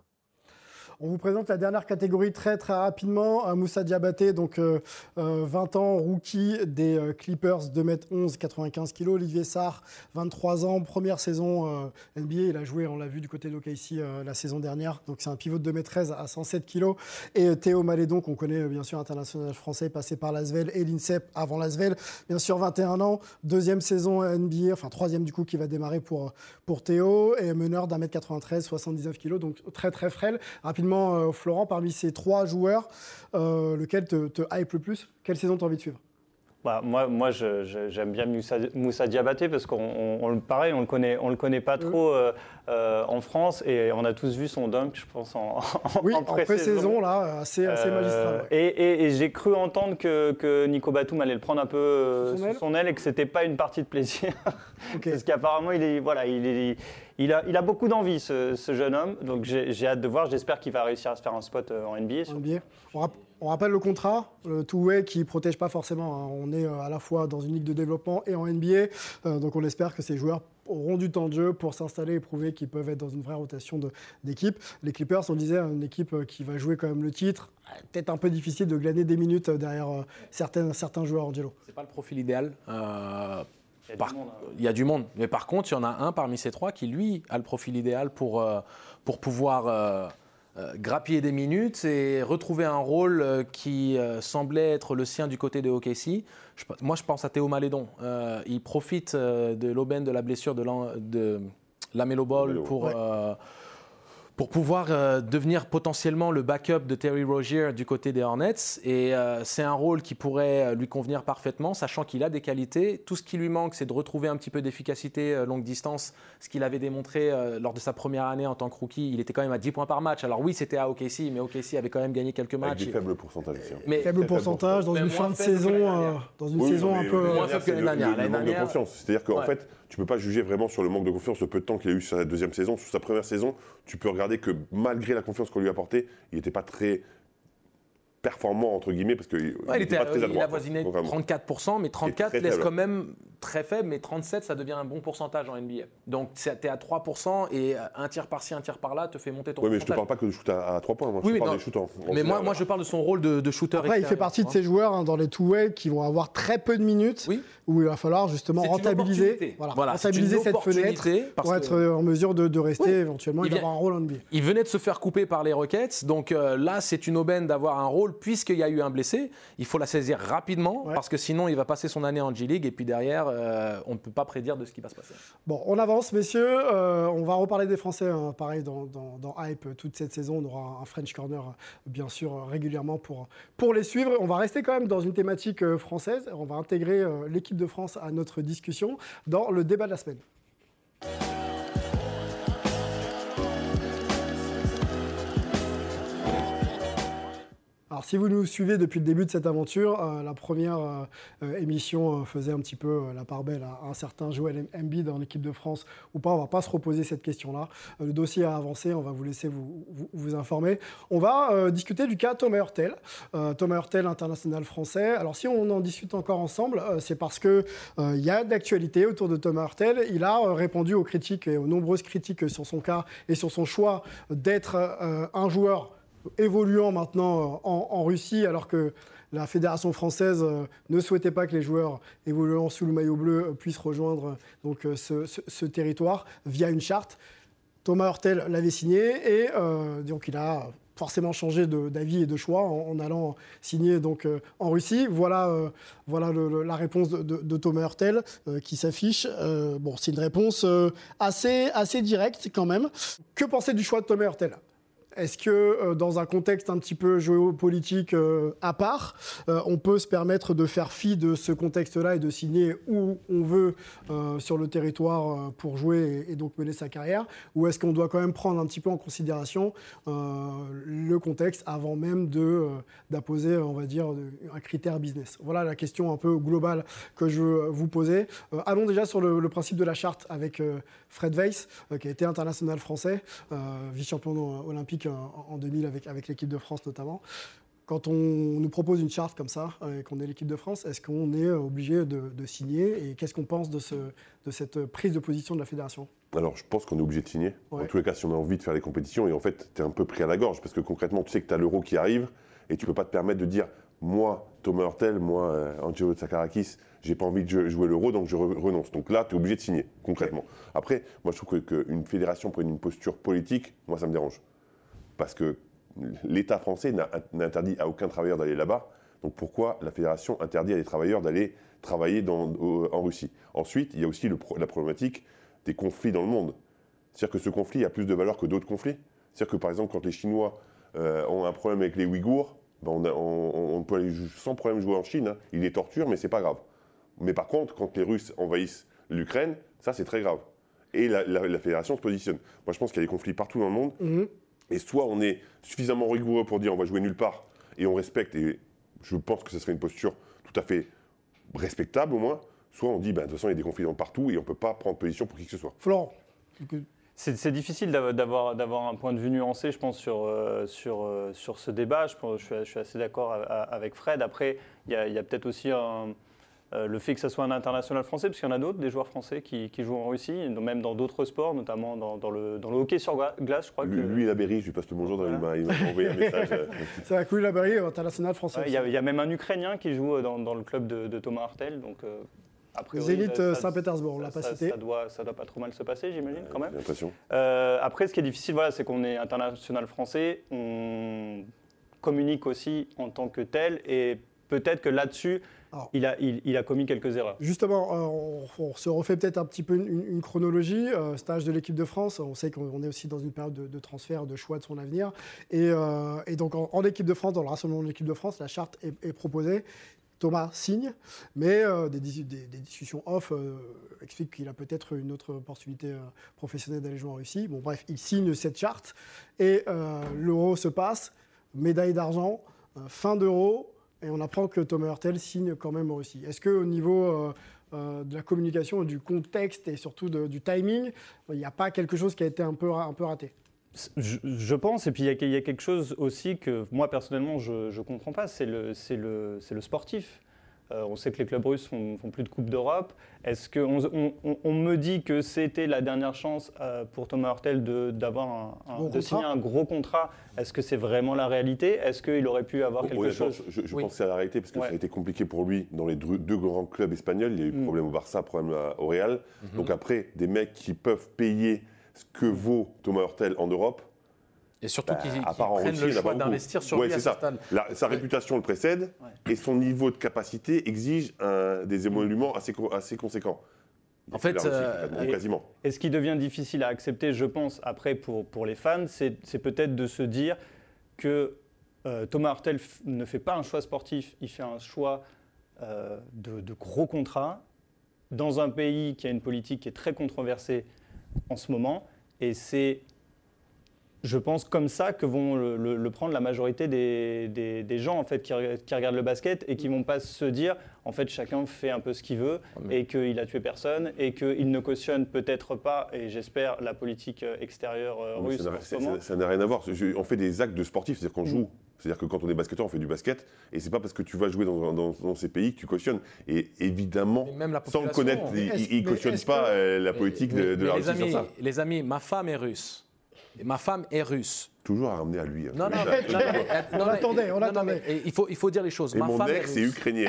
On vous présente la dernière catégorie très très rapidement. Moussa Diabaté, donc euh, euh, vingt ans, rookie des euh, Clippers, deux mètres onze, quatre-vingt-quinze kilos. Olivier Sarr, vingt-trois ans, première saison euh, N B A. Il a joué, on l'a vu du côté de l'O K C euh, la saison dernière. Donc c'est un pivot de deux mètres treize à cent sept kilos. Et euh, Théo Malédon, qu'on connaît euh, bien sûr, international français, passé par l'Asvel et l'INSEP avant l'Asvel. Bien sûr, vingt et un ans, deuxième saison N B A, enfin troisième du coup qui va démarrer pour, pour Théo. Et meneur d'un mètre quatre-vingt-treize, soixante-dix-neuf kilos, donc très très frêle. Rapidement, Euh, Florent, parmi ces trois joueurs, euh, lequel te, te hype le plus? Quelle saison tu as envie de suivre? Bah, moi, moi je, je, j'aime bien Moussa, Moussa Diabaté parce qu'on on, on, pareil, on le connaît, on le connaît pas trop euh, euh, en France et on a tous vu son dunk, je pense, en, oui, en pré-saison. En pré-saison, là, assez, assez euh, magistral. Ouais. Et, et, et j'ai cru entendre que, que Nico Batum allait le prendre un peu euh, sous, son, sous son aile et que c'était pas une partie de plaisir. Okay. Parce qu'apparemment, il est, voilà, il est, il a, il a beaucoup d'envie, ce, ce jeune homme. Donc j'ai, j'ai hâte de voir. J'espère qu'il va réussir à se faire un spot en N B A. En N B A. On, rap- on rappelle le contrat, le two-way qui ne protège pas forcément. Hein. On est à la fois dans une ligue de développement et en N B A. Euh, donc on espère que ces joueurs auront du temps de jeu pour s'installer et prouver qu'ils peuvent être dans une vraie rotation de, d'équipe. Les Clippers, on disait, une équipe qui va jouer quand même le titre. Peut-être un peu difficile de glaner des minutes derrière euh, certains, certains joueurs, Angelo. C'est pas le profil idéal. Euh... Il y, par, monde, hein. il y a du monde, mais par contre, il y en a un parmi ces trois qui, lui, a le profil idéal pour, euh, pour pouvoir euh, euh, grappiller des minutes et retrouver un rôle euh, qui euh, semblait être le sien du côté de O K C. Je, moi, je pense à Théo Malédon. Euh, il profite euh, de l'aubaine de la blessure de, la, de LaMelo Ball pour... Ouais. Euh, pour pouvoir euh, devenir potentiellement le backup de Terry Rozier du côté des Hornets. Et euh, c'est un rôle qui pourrait lui convenir parfaitement, sachant qu'il a des qualités. Tout ce qui lui manque, c'est de retrouver un petit peu d'efficacité euh, longue distance, ce qu'il avait démontré euh, lors de sa première année en tant que rookie. Il était quand même à dix points par match. Alors oui, c'était à O K C, mais O K C avait quand même gagné quelques matchs. Avec des faibles pourcentages aussi. Mais faible pourcentage, dans une fin de saison, euh, dans une oui, saison un peu... Moins faible que l'année dernière. Le manque de confiance. C'est-à-dire qu'en ouais. fait, tu ne peux pas juger vraiment sur le manque de confiance, le peu de temps qu'il a eu sur sa deuxième saison. Sur sa première saison, tu peux regarder que malgré la confiance qu'on lui a apportée, il n'était pas très performant, entre guillemets, parce qu'il ouais, n'était pas très à droite. Il a voisiné trente-quatre pour cent, mais trente-quatre très laisse faible. quand même très faible, mais trente-sept, ça devient un bon pourcentage en N B A. Donc, tu es à trois pour cent et un tir par-ci, un tir par-là te fait monter ton Oui, mais je ne te pourcentage. parle pas que de shoot à, à trois points, moi, Oui, je mais parle non. des shooters. Mais moi, moi, je parle de son rôle de, de shooter Après, il fait partie de ces joueurs hein, dans les two-way qui vont avoir très peu de minutes, oui. où il va falloir justement C'est rentabiliser, voilà, voilà, rentabiliser cette fenêtre pour être en mesure de, de rester oui. éventuellement et vient, d'avoir un rôle en N B A. Il venait de se faire couper par les Rockets, donc euh, là, c'est une aubaine d'avoir un rôle puisqu'il y a eu un blessé. Il faut la saisir rapidement ouais. parce que sinon, il va passer son année en G-League et puis derrière, euh, on ne peut pas prédire de ce qui va se passer. Bon, on avance, messieurs. Euh, on va reparler des Français. Hein. Pareil, dans, dans, dans Hype, toute cette saison, on aura un French Corner, bien sûr, régulièrement pour, pour les suivre. On va rester quand même dans une thématique euh, française. On va intégrer euh, l'équipe de France à notre discussion dans le débat de la semaine. Alors, si vous nous suivez depuis le début de cette aventure, euh, la première euh, émission euh, faisait un petit peu euh, la part belle à un certain Joel Embiid en équipe de France ou pas. On ne va pas se reposer cette question-là. Euh, le dossier a avancé, on va vous laisser vous, vous, vous informer. On va euh, discuter du cas Thomas Hurtel. Euh, Thomas Hurtel, international français. Alors, si on en discute encore ensemble, euh, c'est parce qu'il euh, y a d'actualité autour de Thomas Hurtel. Il a euh, répondu aux critiques et aux nombreuses critiques sur son cas et sur son choix d'être euh, un joueur évoluant maintenant en, en Russie, alors que la fédération française euh, ne souhaitait pas que les joueurs évoluant sous le maillot bleu euh, puissent rejoindre euh, donc, euh, ce, ce, ce territoire via une charte. Thomas Hurtel l'avait signé et euh, donc il a forcément changé de, d'avis et de choix en, en allant signer donc, euh, en Russie. Voilà, euh, voilà le, le, la réponse de, de, de Thomas Hurtel euh, qui s'affiche. Euh, bon, c'est une réponse euh, assez, assez directe quand même. Que penser du choix de Thomas Hurtel ? Est-ce que euh, dans un contexte un petit peu géopolitique euh, à part, euh, on peut se permettre de faire fi de ce contexte-là et de signer où on veut euh, sur le territoire euh, pour jouer et, et donc mener sa carrière? Ou est-ce qu'on doit quand même prendre un petit peu en considération euh, le contexte avant même de, euh, d'apposer, on va dire, un critère business? Voilà la question un peu globale que je veux vous poser. Euh, allons déjà sur le, le principe de la charte avec euh, Fred Weiss, euh, qui a été international français, euh, vice-champion olympique en deux mille avec, avec l'équipe de France notamment. Quand on nous propose une charte comme ça et qu'on est l'équipe de France, est-ce qu'on est obligé de, de signer? Et qu'est-ce qu'on pense de, ce, de cette prise de position de la fédération? Alors, je pense qu'on est obligé de signer. Ouais. En tous les cas, si on a envie de faire les compétitions, et en fait, tu es un peu pris à la gorge, parce que concrètement, tu sais que tu as l'Euro qui arrive, et tu ne peux pas te permettre de dire, moi, Thomas Hurtel, moi, euh, Angelo Tsakarakis, j'ai pas envie de jouer l'Euro, donc je re- renonce. Donc là, tu es obligé de signer, concrètement. Okay. Après, moi, je trouve que, qu'une fédération prenne une posture politique, moi, ça me dérange. Parce que l'État français n'a, n'interdit à aucun travailleur d'aller là-bas. Donc pourquoi la fédération interdit à des travailleurs d'aller travailler dans, au, en Russie? Ensuite, il y a aussi le, la problématique des conflits dans le monde. C'est-à-dire que ce conflit a plus de valeur que d'autres conflits. C'est-à-dire que par exemple, quand les Chinois euh, ont un problème avec les Ouïghours, ben on, a, on, on peut aller sans problème jouer en Chine. Hein. Ils les torturent, mais c'est pas grave. Mais par contre, quand les Russes envahissent l'Ukraine, ça c'est très grave. Et la, la, la fédération se positionne. Moi, je pense qu'il y a des conflits partout dans le monde. Mmh. Et soit on est suffisamment rigoureux pour dire on va jouer nulle part et on respecte, et je pense que ce serait une posture tout à fait respectable au moins, soit on dit ben, de toute façon il y a des conflits partout et on ne peut pas prendre position pour qui que ce soit. Florent, c'est, c'est difficile d'avoir, d'avoir un point de vue nuancé, je pense, sur, euh, sur, euh, sur ce débat. Je, pense, je, suis, je suis assez d'accord avec Fred. Après, il y a, y a peut-être aussi un... Euh, le fait que ce soit un international français, parce qu'il y en a d'autres, des joueurs français qui, qui jouent en Russie, même dans d'autres sports, notamment dans, dans, le, dans le hockey sur glace, je crois. Lui, que... lui Laberry, je lui passe le bonjour, voilà. il, m'a, il m'a envoyé un message. C'est avec lui Laberry, international français. Il ouais, y, y a même un Ukrainien qui joue dans, dans le club de, de Thomas Hurtel. Donc, euh, après, Zénith euh, Saint-Pétersbourg, on l'a pas ça, cité. Ça doit, ça doit pas trop mal se passer, j'imagine, quand même. J'ai l'impression. Euh, après, ce qui est difficile, voilà, c'est qu'on est international français, on communique aussi en tant que tel, et peut-être que là-dessus, Alors, il, a, il, il a commis quelques erreurs. Justement, euh, on, on se refait peut-être un petit peu une, une chronologie. Euh, stage de l'équipe de France, on sait qu'on est aussi dans une période de, de transfert, de choix de son avenir. Et, euh, et donc, en, en équipe de France, dans le rassemblement de l'équipe de France, la charte est, est proposée. Thomas signe, mais euh, des, des, des discussions off euh, expliquent qu'il a peut-être une autre opportunité euh, professionnelle d'aller jouer en Russie. Bon, bref, il signe cette charte et euh, l'Euro se passe, médaille d'argent, euh, fin d'Euro. Et on apprend que Thomas Hurtel signe quand même aussi. Est-ce qu'au niveau euh, euh, de la communication, du contexte et surtout de, du timing, il n'y a pas quelque chose qui a été un peu, un peu raté? Je, je pense, et puis il y, y a quelque chose aussi que moi personnellement je ne comprends pas, c'est le, c'est le, c'est le sportif. Euh, on sait que les clubs russes font, font plus de Coupe d'Europe. Est-ce que on, on, on me dit que c'était la dernière chance euh, pour Thomas Hurtel de, d'avoir un, un, bon de signer un gros contrat? Est-ce que c'est vraiment la réalité? Est-ce qu'il aurait pu avoir quelque Honnêtement, chose? Je, je oui. pense que c'est la réalité parce que ouais. ça a été compliqué pour lui dans les deux, deux grands clubs espagnols. Il y a eu mm. problème au Barça, problème au Real. Mm-hmm. Donc après, des mecs qui peuvent payer ce que vaut Thomas Hurtel en Europe. Et surtout bah, qu'ils, qu'ils prennent prennent le choix d'investir sur ouais, lui à c'est ce ça. stade. La, sa ouais. réputation le précède ouais. et son niveau de capacité exige un, des émoluments assez, assez conséquents. En fait, euh, et, quasiment. Et ce qui devient difficile à accepter, je pense, après pour, pour les fans, c'est, c'est peut-être de se dire que euh, Thomas Hurtel f- ne fait pas un choix sportif, il fait un choix euh, de, de gros contrats dans un pays qui a une politique qui est très controversée en ce moment. Et c'est, je pense, comme ça que vont le, le, le prendre la majorité des, des, des gens en fait, qui, qui regardent le basket et qui ne vont pas se dire en fait chacun fait un peu ce qu'il veut mais... et qu'il a tué personne et qu'il ne cautionne peut-être pas, et j'espère, la politique extérieure euh, russe. Ça n'a, ça, ça, ça n'a rien à voir. Je, on fait des actes de sportifs, c'est-à-dire qu'on mmh. joue. C'est-à-dire que quand on est basketteur, on fait du basket, et c'est pas parce que tu vas jouer dans, dans, dans ces pays que tu cautionnes. Et évidemment, sans le connaître, ils ne cautionnent pas que... la politique mais, de, de mais la Russie amis, sur ça. Les amis, ma femme est russe. Et ma femme est russe. Toujours à ramener à lui. Hein, non, non, mais, non, mais, on l'attendait, on l'attendait. Il faut, il faut dire les choses. Et ma mon femme ex, est c'est ukrainien.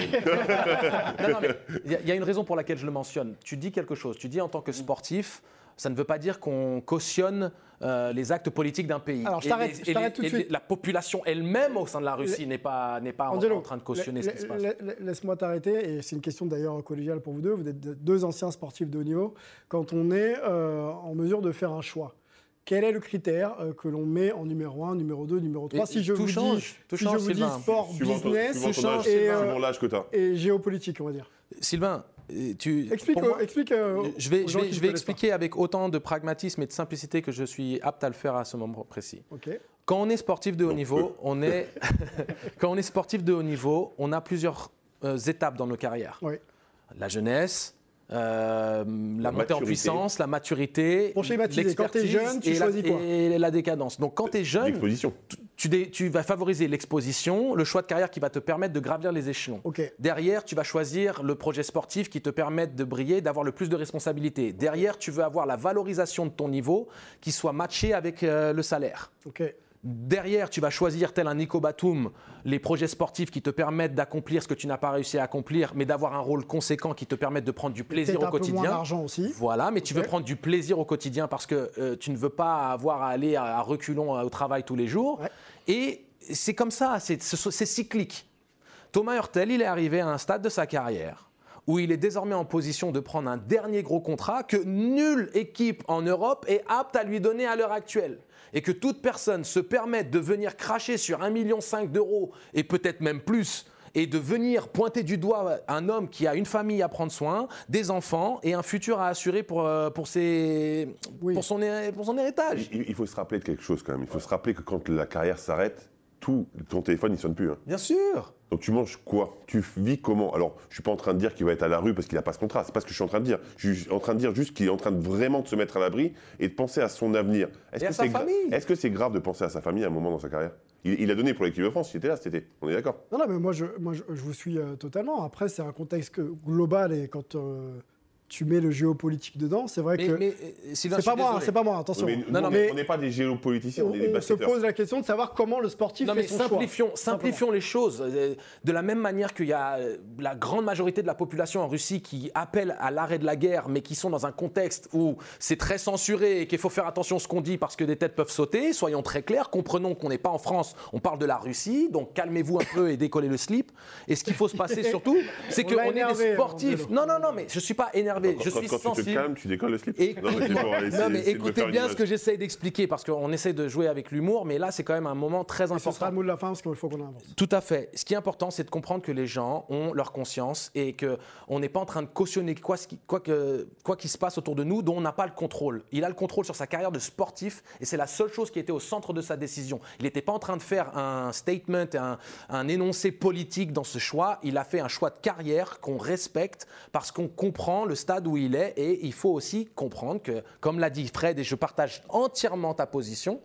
non, non, mais il y a une raison pour laquelle je le mentionne. Tu dis quelque chose. Tu dis en tant que sportif, ça ne veut pas dire qu'on cautionne euh, les actes politiques d'un pays. Alors, je t'arrête, et, je t'arrête et, tout de et suite. La population elle-même au sein de la Russie les... n'est pas, n'est pas Angelo, en, en train de cautionner la, ce qui se passe. La, la, laisse-moi t'arrêter, et c'est une question d'ailleurs collégiale pour vous deux. Vous êtes deux anciens sportifs de haut niveau. Quand on est euh, en mesure de faire un choix, quel est le critère euh, que l'on met en numéro un, numéro deux, numéro trois? Si je vous change, dis, tout si change, je vous dis sport, suivant business, ton, suivant ton âge, et, euh, l'âge que t'as. et géopolitique, on va dire. Sylvain, tu... Explique, moi, explique euh, je vais, je vais, je vais expliquer pas. Avec autant de pragmatisme et de simplicité que je suis apte à le faire à ce moment précis. Okay. Quand on est sportif de haut niveau, on est... Quand on est sportif de haut niveau, on a plusieurs euh, étapes dans nos carrières. Oui. La jeunesse, Euh, la, la montée maturité. en puissance, la maturité, pour schématiser, quand tu es jeune, tu et choisis la, quoi et la décadence. Donc quand tu es jeune, l'exposition. Tu, tu, tu vas favoriser l'exposition, le choix de carrière qui va te permettre de gravir les échelons. Okay. Derrière, tu vas choisir le projet sportif qui te permette de briller, d'avoir le plus de responsabilités. Derrière, tu veux avoir la valorisation de ton niveau qui soit matchée avec euh, le salaire. Okay. Derrière, tu vas choisir, tel un Nico Batum, les projets sportifs qui te permettent d'accomplir ce que tu n'as pas réussi à accomplir, mais d'avoir un rôle conséquent qui te permette de prendre du plaisir au quotidien. Peut-être un peu moins d'argent aussi. Voilà, mais okay. tu veux prendre du plaisir au quotidien parce que euh, tu ne veux pas avoir à aller à, à reculons au travail tous les jours. Ouais. Et c'est comme ça, c'est, c'est, c'est cyclique. Thomas Hurtel, il est arrivé à un stade de sa carrière où il est désormais en position de prendre un dernier gros contrat que nulle équipe en Europe est apte à lui donner à l'heure actuelle. Et que toute personne se permette de venir cracher sur un virgule cinq million d'euros, et peut-être même plus, et de venir pointer du doigt un homme qui a une famille à prendre soin, des enfants et un futur à assurer pour, pour, ses, oui. pour, son, pour son héritage. Il, il faut se rappeler de quelque chose quand même. Il faut se rappeler que quand la carrière s'arrête, tout, ton téléphone ne sonne plus. Hein. Bien sûr. Donc tu manges quoi? Tu vis comment? Alors, je ne suis pas en train de dire qu'il va être à la rue parce qu'il n'a pas ce contrat. C'est pas ce que je suis en train de dire. Je suis en train de dire juste qu'il est en train de vraiment de se mettre à l'abri et de penser à son avenir. Est-ce et que à sa famille. Gra- Est-ce que c'est grave de penser à sa famille à un moment dans sa carrière? il, il a donné pour l'équipe de France, il était là cet été. On est d'accord? Non, non, mais moi, je, moi, je, je vous suis euh, totalement. Après, c'est un contexte global et quand... Euh... tu mets le géopolitique dedans, c'est vrai mais, que mais, Sylvain, c'est pas moi, c'est pas moi, attention. Mais, non, non, mais on n'est pas des géopoliticiens, on, on est des basketteurs. On se pose la question de savoir comment le sportif non, fait mais son simplifions, choix. Simplifions les choses. De la même manière qu'il y a la grande majorité de la population en Russie qui appelle à l'arrêt de la guerre, mais qui sont dans un contexte où c'est très censuré et qu'il faut faire attention à ce qu'on dit parce que des têtes peuvent sauter. Soyons très clairs, comprenons qu'on n'est pas en France, on parle de la Russie, donc calmez-vous un peu et décollez le slip. Et ce qu'il faut se passer surtout, c'est qu'on est des sportifs. Non, non, non, mais je ne suis pas énervé, quand, je quand, suis quand sensible. Tu te calmes, tu décolles le slip. Et... Non, mais, bon, allez, non, mais c'est, écoutez c'est bien ce que j'essaye d'expliquer parce qu'on essaie de jouer avec l'humour, mais là c'est quand même un moment très important. Et ce sera le mot de la fin parce qu'il faut qu'on avance. Tout à fait. Ce qui est important, c'est de comprendre que les gens ont leur conscience et qu'on n'est pas en train de cautionner quoi, quoi, que, quoi qu'il se passe autour de nous dont on n'a pas le contrôle. Il a le contrôle sur sa carrière de sportif et c'est la seule chose qui était au centre de sa décision. Il n'était pas en train de faire un statement, un, un énoncé politique dans ce choix. Il a fait un choix de carrière qu'on respecte parce qu'on comprend le stade où il est et il faut aussi comprendre que, comme l'a dit Fred, et je partage entièrement ta position,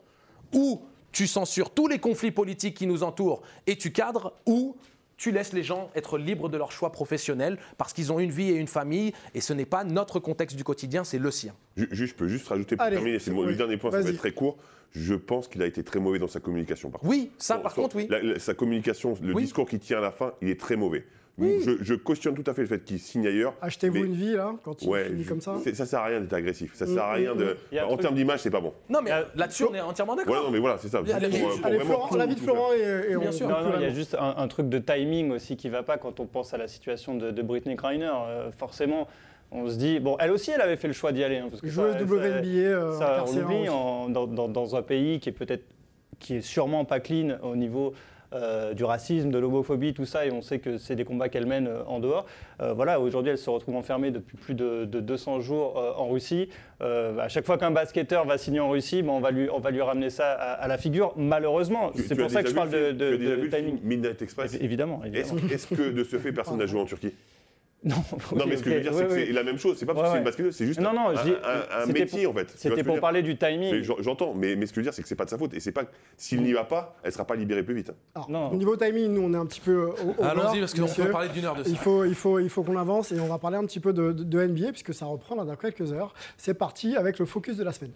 ou tu censures tous les conflits politiques qui nous entourent et tu cadres, ou tu laisses les gens être libres de leur choix professionnel parce qu'ils ont une vie et une famille et ce n'est pas notre contexte du quotidien, c'est le sien. Je, je peux juste rajouter pour Allez, terminer, c'est oui, le dernier point, ça vas-y. va être très court. Je pense qu'il a été très mauvais dans sa communication. Par contre. Oui, ça Son- par son- contre, oui. la- la- sa communication, le Oui. discours qu'il tient à la fin, il est très mauvais. Oui. Je, je cautionne tout à fait le fait qu'il signe ailleurs. Achetez-vous mais- une vie, là, quand il Ouais, finit je- comme ça. c'est- ça sert à rien d'être agressif. Ça Mm, sert à rien mm, de. Il y a un En truc- termes d'image, c'est pas bon. Non mais là-dessus on est entièrement d'accord. Voilà, non, mais voilà, c'est ça. Allez, Pour, allez, euh, pour Allez, vraiment Florent, tout- l'avis de tout Florent et, et Bien on sûr. Non, non, il y a conclut juste un, un truc de timing aussi qui ne va pas quand on pense à la situation de, de Britney Griner. Euh, forcément, on se dit... Bon, elle aussi, elle avait fait le choix d'y aller. Hein, parce que Joueuse ça- W N B A, euh, ça, on incarcérée l'oublie, aussi. en- dans, dans- dans un pays qui est peut-être... qui est sûrement pas clean au niveau... euh, du racisme, de l'homophobie, tout ça, et on sait que c'est des combats qu'elle mène euh, en dehors. Euh, voilà, aujourd'hui, elle se retrouve enfermée depuis plus de, de deux cents jours euh, en Russie. Euh, à chaque fois qu'un basketteur va signer en Russie, ben, on, va lui, on va lui ramener ça à, à la figure, malheureusement. Tu- C'est tu as pour ça que je déjà parle vu le de, film- de, tu as déjà de vu le film timing. Midnight Express. Évidemment, Est-ce évidemment. est-ce que de ce fait, personne n'a joué en Turquie? Non, Non, mais ce que je veux dire, c'est que c'est la même chose. C'est pas parce que c'est une basketteuse, c'est juste non, non, un, je dis- un- un c'était métier, pour- en fait. Tu vois ce C'était que je pour veux dire parler du timing. Mais j'en- J'entends, mais, mais ce que je veux dire, c'est que c'est pas de sa faute. Et c'est pas s'il n'y va pas, elle sera pas libérée plus vite. Alors, au niveau timing, nous, on est un petit peu au, au Allons-y, beurre, parce qu'on messieurs. peut parler d'une heure de ça. Il faut, il faut, il faut qu'on avance et on va parler un petit peu de, de, de N B A puisque ça reprend là dans quelques heures. C'est parti avec le focus de la semaine.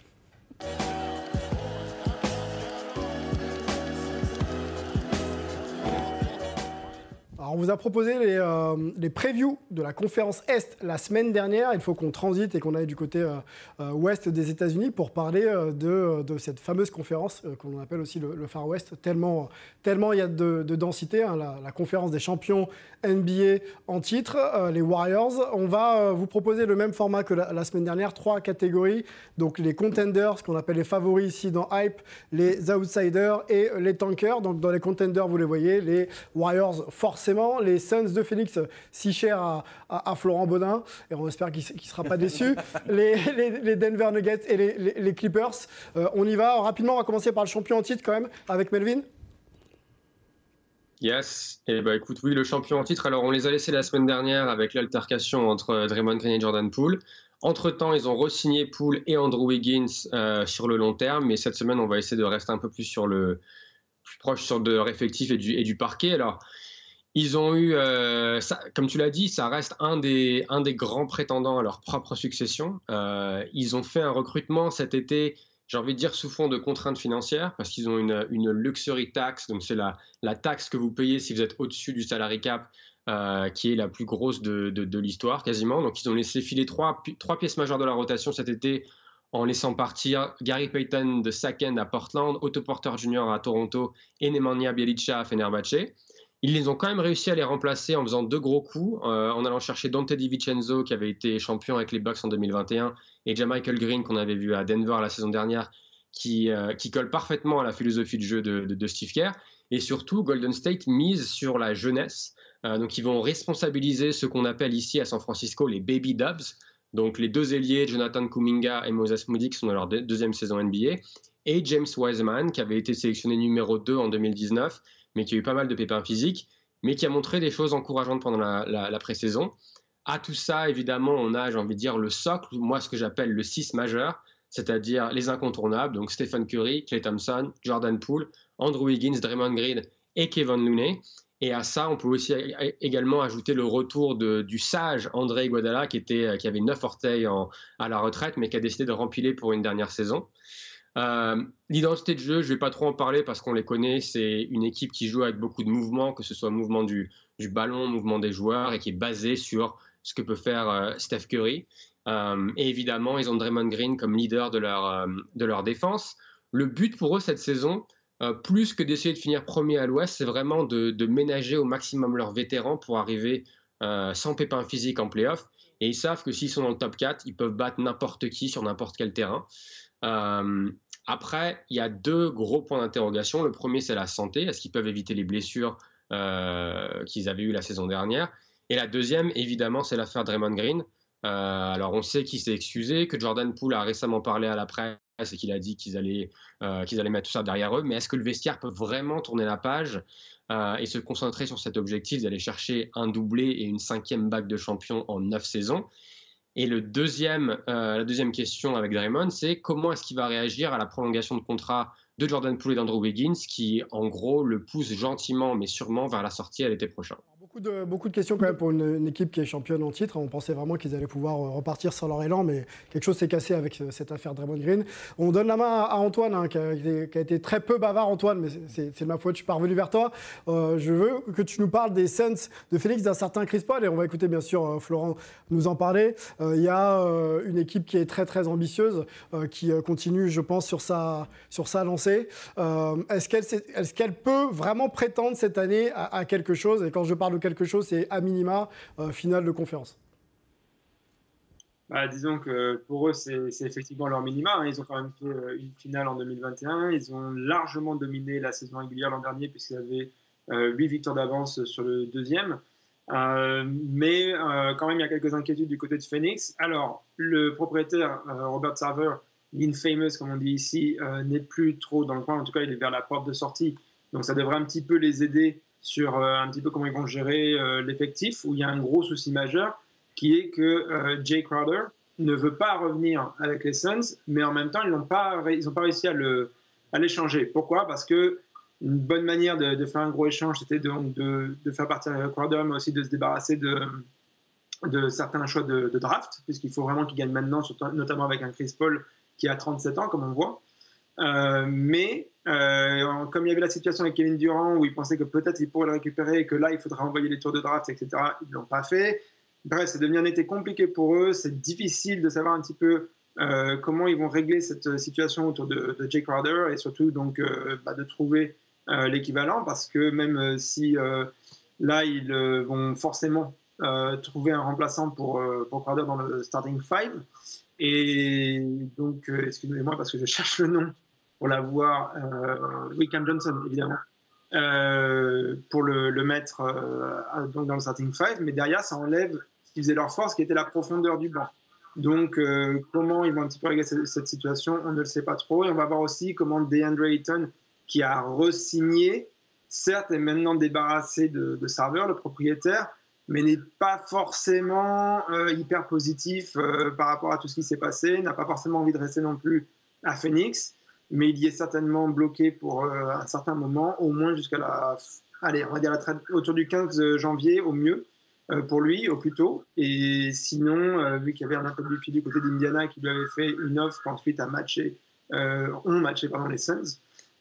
Alors, on vous a proposé les, euh, les previews de la conférence Est la semaine dernière. Il faut qu'on transite et qu'on aille du côté euh, euh, ouest des États-Unis pour parler euh, de, de cette fameuse conférence euh, qu'on appelle aussi le, le Far West. Tellement, tellement il y a de, de densité, hein, la, la conférence des champions N B A en titre, euh, les Warriors. On va euh, vous proposer le même format que la, la semaine dernière, trois catégories. Donc les contenders, ce qu'on appelle les favoris ici dans Hype, les outsiders et les tankers. Donc dans les contenders, vous les voyez, les Warriors forcément, les Suns de Phoenix, si chers à, à, à Florent Baudin, et on espère qu'il ne sera pas déçu, les, les, les Denver Nuggets et les, les, les Clippers. Euh, on y va rapidement, on va commencer par le champion en titre quand même, avec Melvin. Yes, et bah écoute, oui, le champion en titre. Alors on les a laissés la semaine dernière avec l'altercation entre Draymond Green et Jordan Poole. Entre-temps, ils ont re-signé Poole et Andrew Wiggins euh, sur le long terme, mais cette semaine, on va essayer de rester un peu plus sur le plus proche sur de leur effectif et du, et du parquet. Alors, ils ont eu, euh, ça, comme tu l'as dit, ça reste un des, un des grands prétendants à leur propre succession. Euh, ils ont fait un recrutement cet été, j'ai envie de dire sous fond de contraintes financières, parce qu'ils ont une, une luxury tax, donc c'est la, la taxe que vous payez si vous êtes au-dessus du salary cap, euh, qui est la plus grosse de, de, de l'histoire quasiment. Donc ils ont laissé filer trois, trois pièces majeures de la rotation cet été, en laissant partir Gary Payton de second à Portland, Otto Porter junior à Toronto et Nemanja Bjelica à Fenerbahce. Ils les ont quand même réussi à les remplacer en faisant deux gros coups, euh, en allant chercher Dante DiVincenzo qui avait été champion avec les Bucks en deux mille vingt et un et JaMychal Green qu'on avait vu à Denver la saison dernière qui, euh, qui colle parfaitement à la philosophie de jeu de, de, de Steve Kerr. Et surtout, Golden State mise sur la jeunesse. Euh, donc ils vont responsabiliser ce qu'on appelle ici à San Francisco les Baby Dubs. Donc les deux ailiers, Jonathan Kuminga et Moses Moody, qui sont dans leur de- deuxième saison N B A, et James Wiseman, qui avait été sélectionné numéro deux en deux mille dix-neuf, mais qui a eu pas mal de pépins physiques, mais qui a montré des choses encourageantes pendant la, la, la pré-saison. À tout ça, évidemment, on a, j'ai envie de dire, le socle, moi ce que j'appelle le six majeur, c'est-à-dire les incontournables, donc Stephen Curry, Klay Thompson, Jordan Poole, Andrew Wiggins, Draymond Green et Kevin Looney. Et à ça, on peut aussi également ajouter le retour de, du sage André Iguodala, qui, était, qui avait neuf orteils en, à la retraite, mais qui a décidé de rempiler pour une dernière saison. Euh, l'identité de jeu, je ne vais pas trop en parler parce qu'on les connaît. C'est une équipe qui joue avec beaucoup de mouvements, que ce soit mouvement du, du ballon, mouvement des joueurs, et qui est basé sur ce que peut faire euh, Steph Curry. Euh, et évidemment, ils ont Draymond Green comme leader de leur, euh, de leur défense. Le but pour eux cette saison, euh, plus que d'essayer de finir premier à l'Ouest, c'est vraiment de, de ménager au maximum leurs vétérans pour arriver euh, sans pépins physiques en play-off. Et ils savent que s'ils sont dans le top quatre, ils peuvent battre n'importe qui sur n'importe quel terrain. Euh, après, il y a deux gros points d'interrogation. Le premier, c'est la santé. Est-ce qu'ils peuvent éviter les blessures euh, qu'ils avaient eues la saison dernière? Et la deuxième, évidemment, c'est l'affaire Draymond Green. Euh, alors, on sait qu'il s'est excusé, que Jordan Poole a récemment parlé à la presse et qu'il a dit qu'ils allaient, euh, qu'ils allaient mettre tout ça derrière eux. Mais est-ce que le vestiaire peut vraiment tourner la page euh, et se concentrer sur cet objectif d'aller chercher un doublé et une cinquième bague de champion en neuf saisons? Et le deuxième, euh, la deuxième question avec Draymond, c'est comment est-ce qu'il va réagir à la prolongation de contrat de Jordan Poole et d'Andrew Wiggins qui, en gros, le poussent gentiment mais sûrement vers la sortie à l'été prochain. Beaucoup de, beaucoup de questions quand même pour une, une équipe qui est championne en titre. On pensait vraiment qu'ils allaient pouvoir repartir sans leur élan, mais quelque chose s'est cassé avec cette affaire Draymond Green. On donne la main à Antoine, hein, qui, a été, qui a été très peu bavard, Antoine, mais c'est, c'est de ma faute, je suis pas revenu vers toi. Euh, je veux que tu nous parles des Suns de Phoenix, d'un certain Chris Paul, et on va écouter bien sûr euh, Florent nous en parler. Il euh, y a euh, une équipe qui est très très ambitieuse, euh, qui euh, continue, je pense, sur sa, sur sa lancée. Euh, est-ce qu'elle, est-ce qu'elle peut vraiment prétendre cette année à, à quelque chose? Et quand je parle de quelque chose, c'est à minima euh, finale de conférence. Bah, disons que pour eux, c'est, c'est effectivement leur minima. Hein. Ils ont quand même fait une finale en deux mille vingt et un. Ils ont largement dominé la saison régulière l'an dernier puisqu'ils avaient euh, huit victoires d'avance sur le deuxième. Euh, mais euh, quand même, il y a quelques inquiétudes du côté de Phoenix. Alors, le propriétaire, euh, Robert Sarver, l'infamous, comme on dit ici, euh, n'est plus trop dans le coin. En tout cas, il est vers la porte de sortie. Donc, ça devrait un petit peu les aider sur euh, un petit peu comment ils vont gérer euh, l'effectif, où il y a un gros souci majeur, qui est que euh, Jay Crowder ne veut pas revenir avec les Suns, mais en même temps, ils n'ont pas, ils ont pas réussi à, le, à l'échanger. Pourquoi? Parce que une bonne manière de, de faire un gros échange, c'était de, de, de faire partir Crowder, mais aussi de se débarrasser de, de certains choix de, de draft, puisqu'il faut vraiment qu'il gagne maintenant, surtout, notamment avec un Chris Paul qui a trente-sept ans, comme on voit. Euh, mais euh, comme il y avait la situation avec Kevin Durant où ils pensaient que peut-être ils pourraient le récupérer et que là il faudrait envoyer les tours de draft, et cetera, ils ne l'ont pas fait. Bref, c'est devenu un été compliqué pour eux. C'est difficile de savoir un petit peu euh, comment ils vont régler cette situation autour de, de Jay Crowder et surtout donc, euh, bah, de trouver euh, l'équivalent parce que même euh, si euh, là ils euh, vont forcément euh, trouver un remplaçant pour, euh, pour Crowder dans le starting five. Et donc, euh, excusez-moi parce que je cherche le nom pour l'avoir, euh, oui, Cam Johnson, évidemment, euh, pour le, le mettre euh, donc dans le starting five, mais derrière, ça enlève ce qui faisait leur force, qui était la profondeur du banc. Donc, euh, comment ils vont un petit peu régler cette, cette situation, on ne le sait pas trop. Et on va voir aussi comment DeAndre Ayton, qui a re-signé, certes, est maintenant débarrassé de, de Sarver, le propriétaire, mais n'est pas forcément euh, hyper positif euh, par rapport à tout ce qui s'est passé, n'a pas forcément envie de rester non plus à Phoenix, mais il y est certainement bloqué pour euh, un certain moment, au moins jusqu'à la, allez, on va dire la tra- autour du quinze janvier au mieux, euh, pour lui, au plus tôt. Et sinon, euh, vu qu'il y avait un peu de du côté d'Indiana qui lui avait fait une offre qu'ensuite a matché, euh, ont matché pendant les Suns,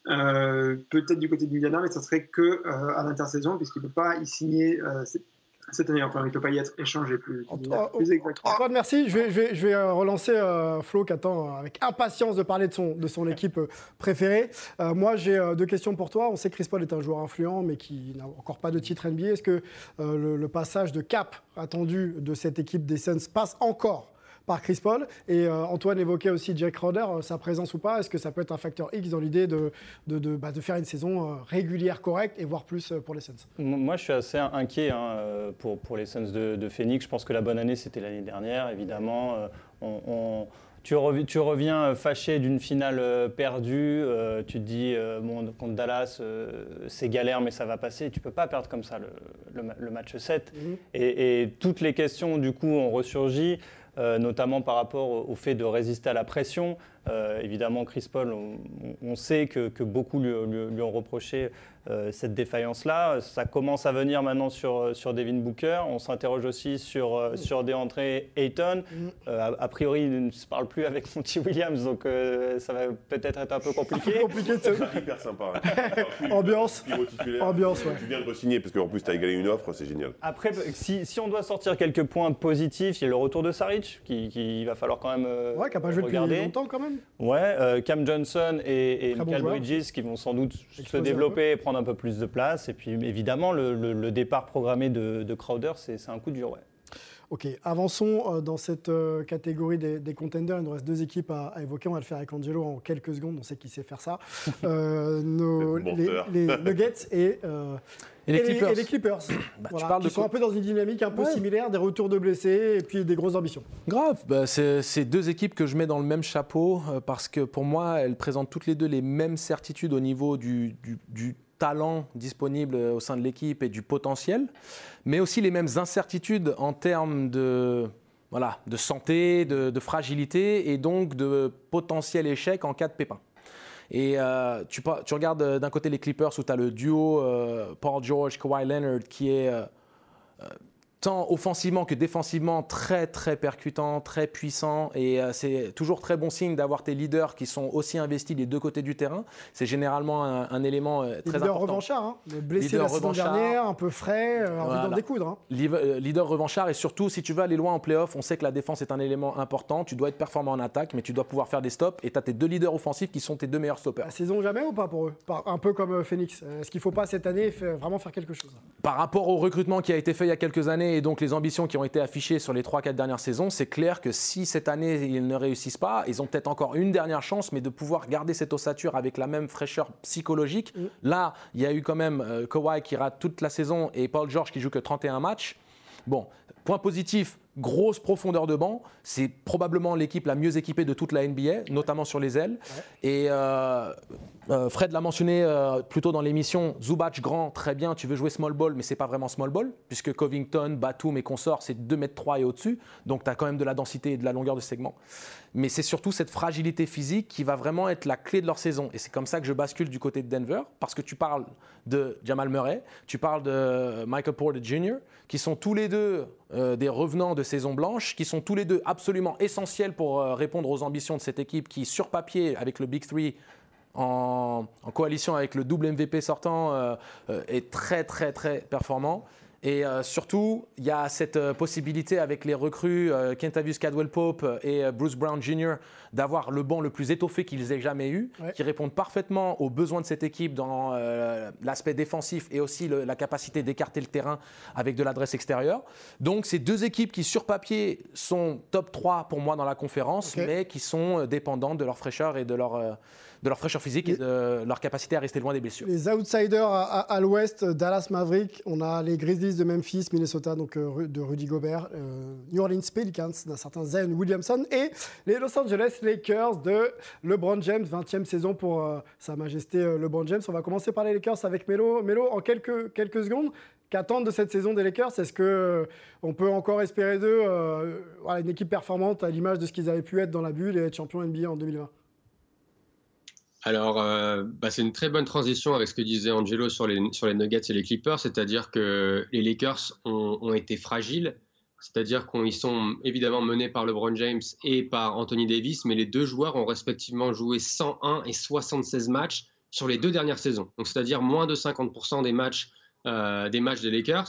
euh, peut-être du côté d'Indiana, mais ça serait que euh, à l'intersaison, puisqu'il ne peut pas y signer euh, cette année, enfin, il ne peut pas y être échangé plus, Antoine, plus exactement. Antoine, merci. Je vais, je vais, je vais relancer euh, Flo, qui attend avec impatience de parler de son, de son équipe préférée. Euh, moi, j'ai euh, deux questions pour toi. On sait que Chris Paul est un joueur influent, mais qui n'a encore pas de titre N B A. Est-ce que euh, le, le passage de cap attendu de cette équipe des Suns passe encore par Chris Paul? Et euh, Antoine évoquait aussi Jay Crowder, euh, sa présence ou pas. Est-ce que ça peut être un facteur X dans l'idée de, de, de, bah, de faire une saison euh, régulière, correcte, et voire plus euh, pour les Suns? Moi, je suis assez inquiet hein, pour, pour les Suns de, de Phoenix. Je pense que la bonne année, c'était l'année dernière, évidemment. Euh, on, on, tu, rev, tu reviens fâché d'une finale perdue. Euh, tu te dis, euh, bon, contre Dallas, euh, c'est galère, mais ça va passer. Tu ne peux pas perdre comme ça le, le, le match sept. Mm-hmm. Et, et toutes les questions, du coup, ont ressurgi. Euh, notamment par rapport au fait de résister à la pression. Euh, évidemment, Chris Paul, on, on sait que, que beaucoup lui, lui, lui ont reproché euh, cette défaillance-là. Ça commence à venir maintenant sur, sur Devin Booker. On s'interroge aussi sur, euh, sur DeAndre Ayton. Euh, a, a priori, il ne se parle plus avec Monty Williams, donc euh, ça va peut-être être un peu compliqué. compliqué C'est hyper sympa. Hein. Ambiance. Ambiance, ouais. Tu viens de re-signer parce qu'en plus, tu as égalé une offre, c'est génial. Après, si, si on doit sortir quelques points positifs, il y a le retour de Saric, qui, qui va falloir quand même euh, ouais, qui n'a pas joué regarder. Depuis longtemps quand même. Ouais, euh, Cam Johnson et, et Mikal bon Bridges qui vont sans doute se développer et prendre un peu plus de place. Et puis évidemment, le, le, le départ programmé de, de Crowder, c'est, c'est un coup dur, ouais. Ok, avançons euh, dans cette euh, catégorie des, des contenders. Il nous reste deux équipes à, à évoquer. On va le faire avec Angelo en quelques secondes. On sait qu'il sait faire ça. Euh, nos, les, les Nuggets et, euh, et, les, et, Clippers. les, et les Clippers. Bah, voilà, tu parles qui de sont co- un peu dans une dynamique un peu ouais. similaire, des retours de blessés et puis des grosses ambitions. Grave, bah, c'est, c'est deux équipes que je mets dans le même chapeau euh, parce que pour moi, elles présentent toutes les deux les mêmes certitudes au niveau du, du, du talent disponible au sein de l'équipe et du potentiel, mais aussi les mêmes incertitudes en termes de, voilà, de santé, de, de fragilité et donc de potentiel échec en cas de pépin. Et euh, tu, tu regardes d'un côté les Clippers où tu as le duo euh, Paul George, Kawhi Leonard qui est euh, euh, tant offensivement que défensivement très très percutant, très puissant. Et euh, c'est toujours très bon signe d'avoir tes leaders qui sont aussi investis des deux côtés du terrain. C'est généralement un, un élément euh, très leader important. Revanchard, hein. Blessé leader la saison dernière, un peu frais, euh, envie voilà. d'en découdre. Hein. Leader revanchard et surtout si tu veux aller loin en play-off, on sait que la défense est un élément important. Tu dois être performant en attaque, mais tu dois pouvoir faire des stops. Et tu as tes deux leaders offensifs qui sont tes deux meilleurs stoppers. La saison jamais ou pas pour eux? Un peu comme Phoenix. Est-ce qu'il ne faut pas cette année vraiment faire quelque chose? Par rapport au recrutement qui a été fait il y a quelques années et donc les ambitions qui ont été affichées sur les trois quatre dernières saisons, c'est clair que si cette année ils ne réussissent pas, ils ont peut-être encore une dernière chance, mais de pouvoir garder cette ossature avec la même fraîcheur psychologique. Mmh. Là, il y a eu quand même euh, Kawhi qui rate toute la saison et Paul George qui joue que trente et un matchs. Bon, point positif, grosse profondeur de banc. C'est probablement l'équipe la mieux équipée de toute la N B A, notamment sur les ailes. Ouais. Et euh, euh, Fred l'a mentionné euh, plus tôt dans l'émission, Zubac grand, très bien, tu veux jouer small ball, mais c'est pas vraiment small ball, puisque Covington, Batum et consorts, c'est deux mètres trois et au-dessus. Donc tu as quand même de la densité et de la longueur de segment. Mais c'est surtout cette fragilité physique qui va vraiment être la clé de leur saison. Et c'est comme ça que je bascule du côté de Denver, parce que tu parles de Jamal Murray, tu parles de Michael Porter Junior, qui sont tous les deux euh, des revenants de saison blanche, qui sont tous les deux absolument essentiels pour euh, répondre aux ambitions de cette équipe qui, sur papier, avec le Big Three, en, en coalition avec le double M V P sortant, euh, euh, est très, très, très performant. Et euh, surtout, il y a cette euh, possibilité avec les recrues euh, Kentavious Caldwell-Pope et euh, Bruce Brown junior d'avoir le banc le plus étoffé qu'ils aient jamais eu, ouais. qui répondent parfaitement aux besoins de cette équipe dans euh, l'aspect défensif et aussi le, la capacité d'écarter le terrain avec de l'adresse extérieure. Donc, c'est deux équipes qui, sur papier, sont top trois pour moi dans la conférence, okay. mais qui sont dépendantes de leur fraîcheur et de leur... Euh, de leur fraîcheur physique et de leur capacité à rester loin des blessures. Les outsiders à, à, à l'ouest, Dallas Mavericks, on a les Grizzlies de Memphis, Minnesota donc euh, de Rudy Gobert, euh, New Orleans Pelicans d'un certain Zion Williamson et les Los Angeles Lakers de LeBron James, vingtième saison pour euh, Sa Majesté euh, LeBron James. On va commencer par les Lakers avec Melo. Melo, en quelques, quelques secondes, qu'attendre de cette saison des Lakers? Est-ce qu'on euh, peut encore espérer d'eux euh, voilà, une équipe performante à l'image de ce qu'ils avaient pu être dans la bulle et être champion N B A en deux mille vingt? Alors, euh, bah c'est une très bonne transition avec ce que disait Angelo sur les, sur les Nuggets et les Clippers, c'est-à-dire que les Lakers ont, ont été fragiles, c'est-à-dire qu'ils sont évidemment menés par LeBron James et par Anthony Davis, mais les deux joueurs ont respectivement joué cent un et soixante-seize matchs sur les deux dernières saisons, donc c'est-à-dire moins de cinquante pour cent des matchs, euh, des matchs des Lakers.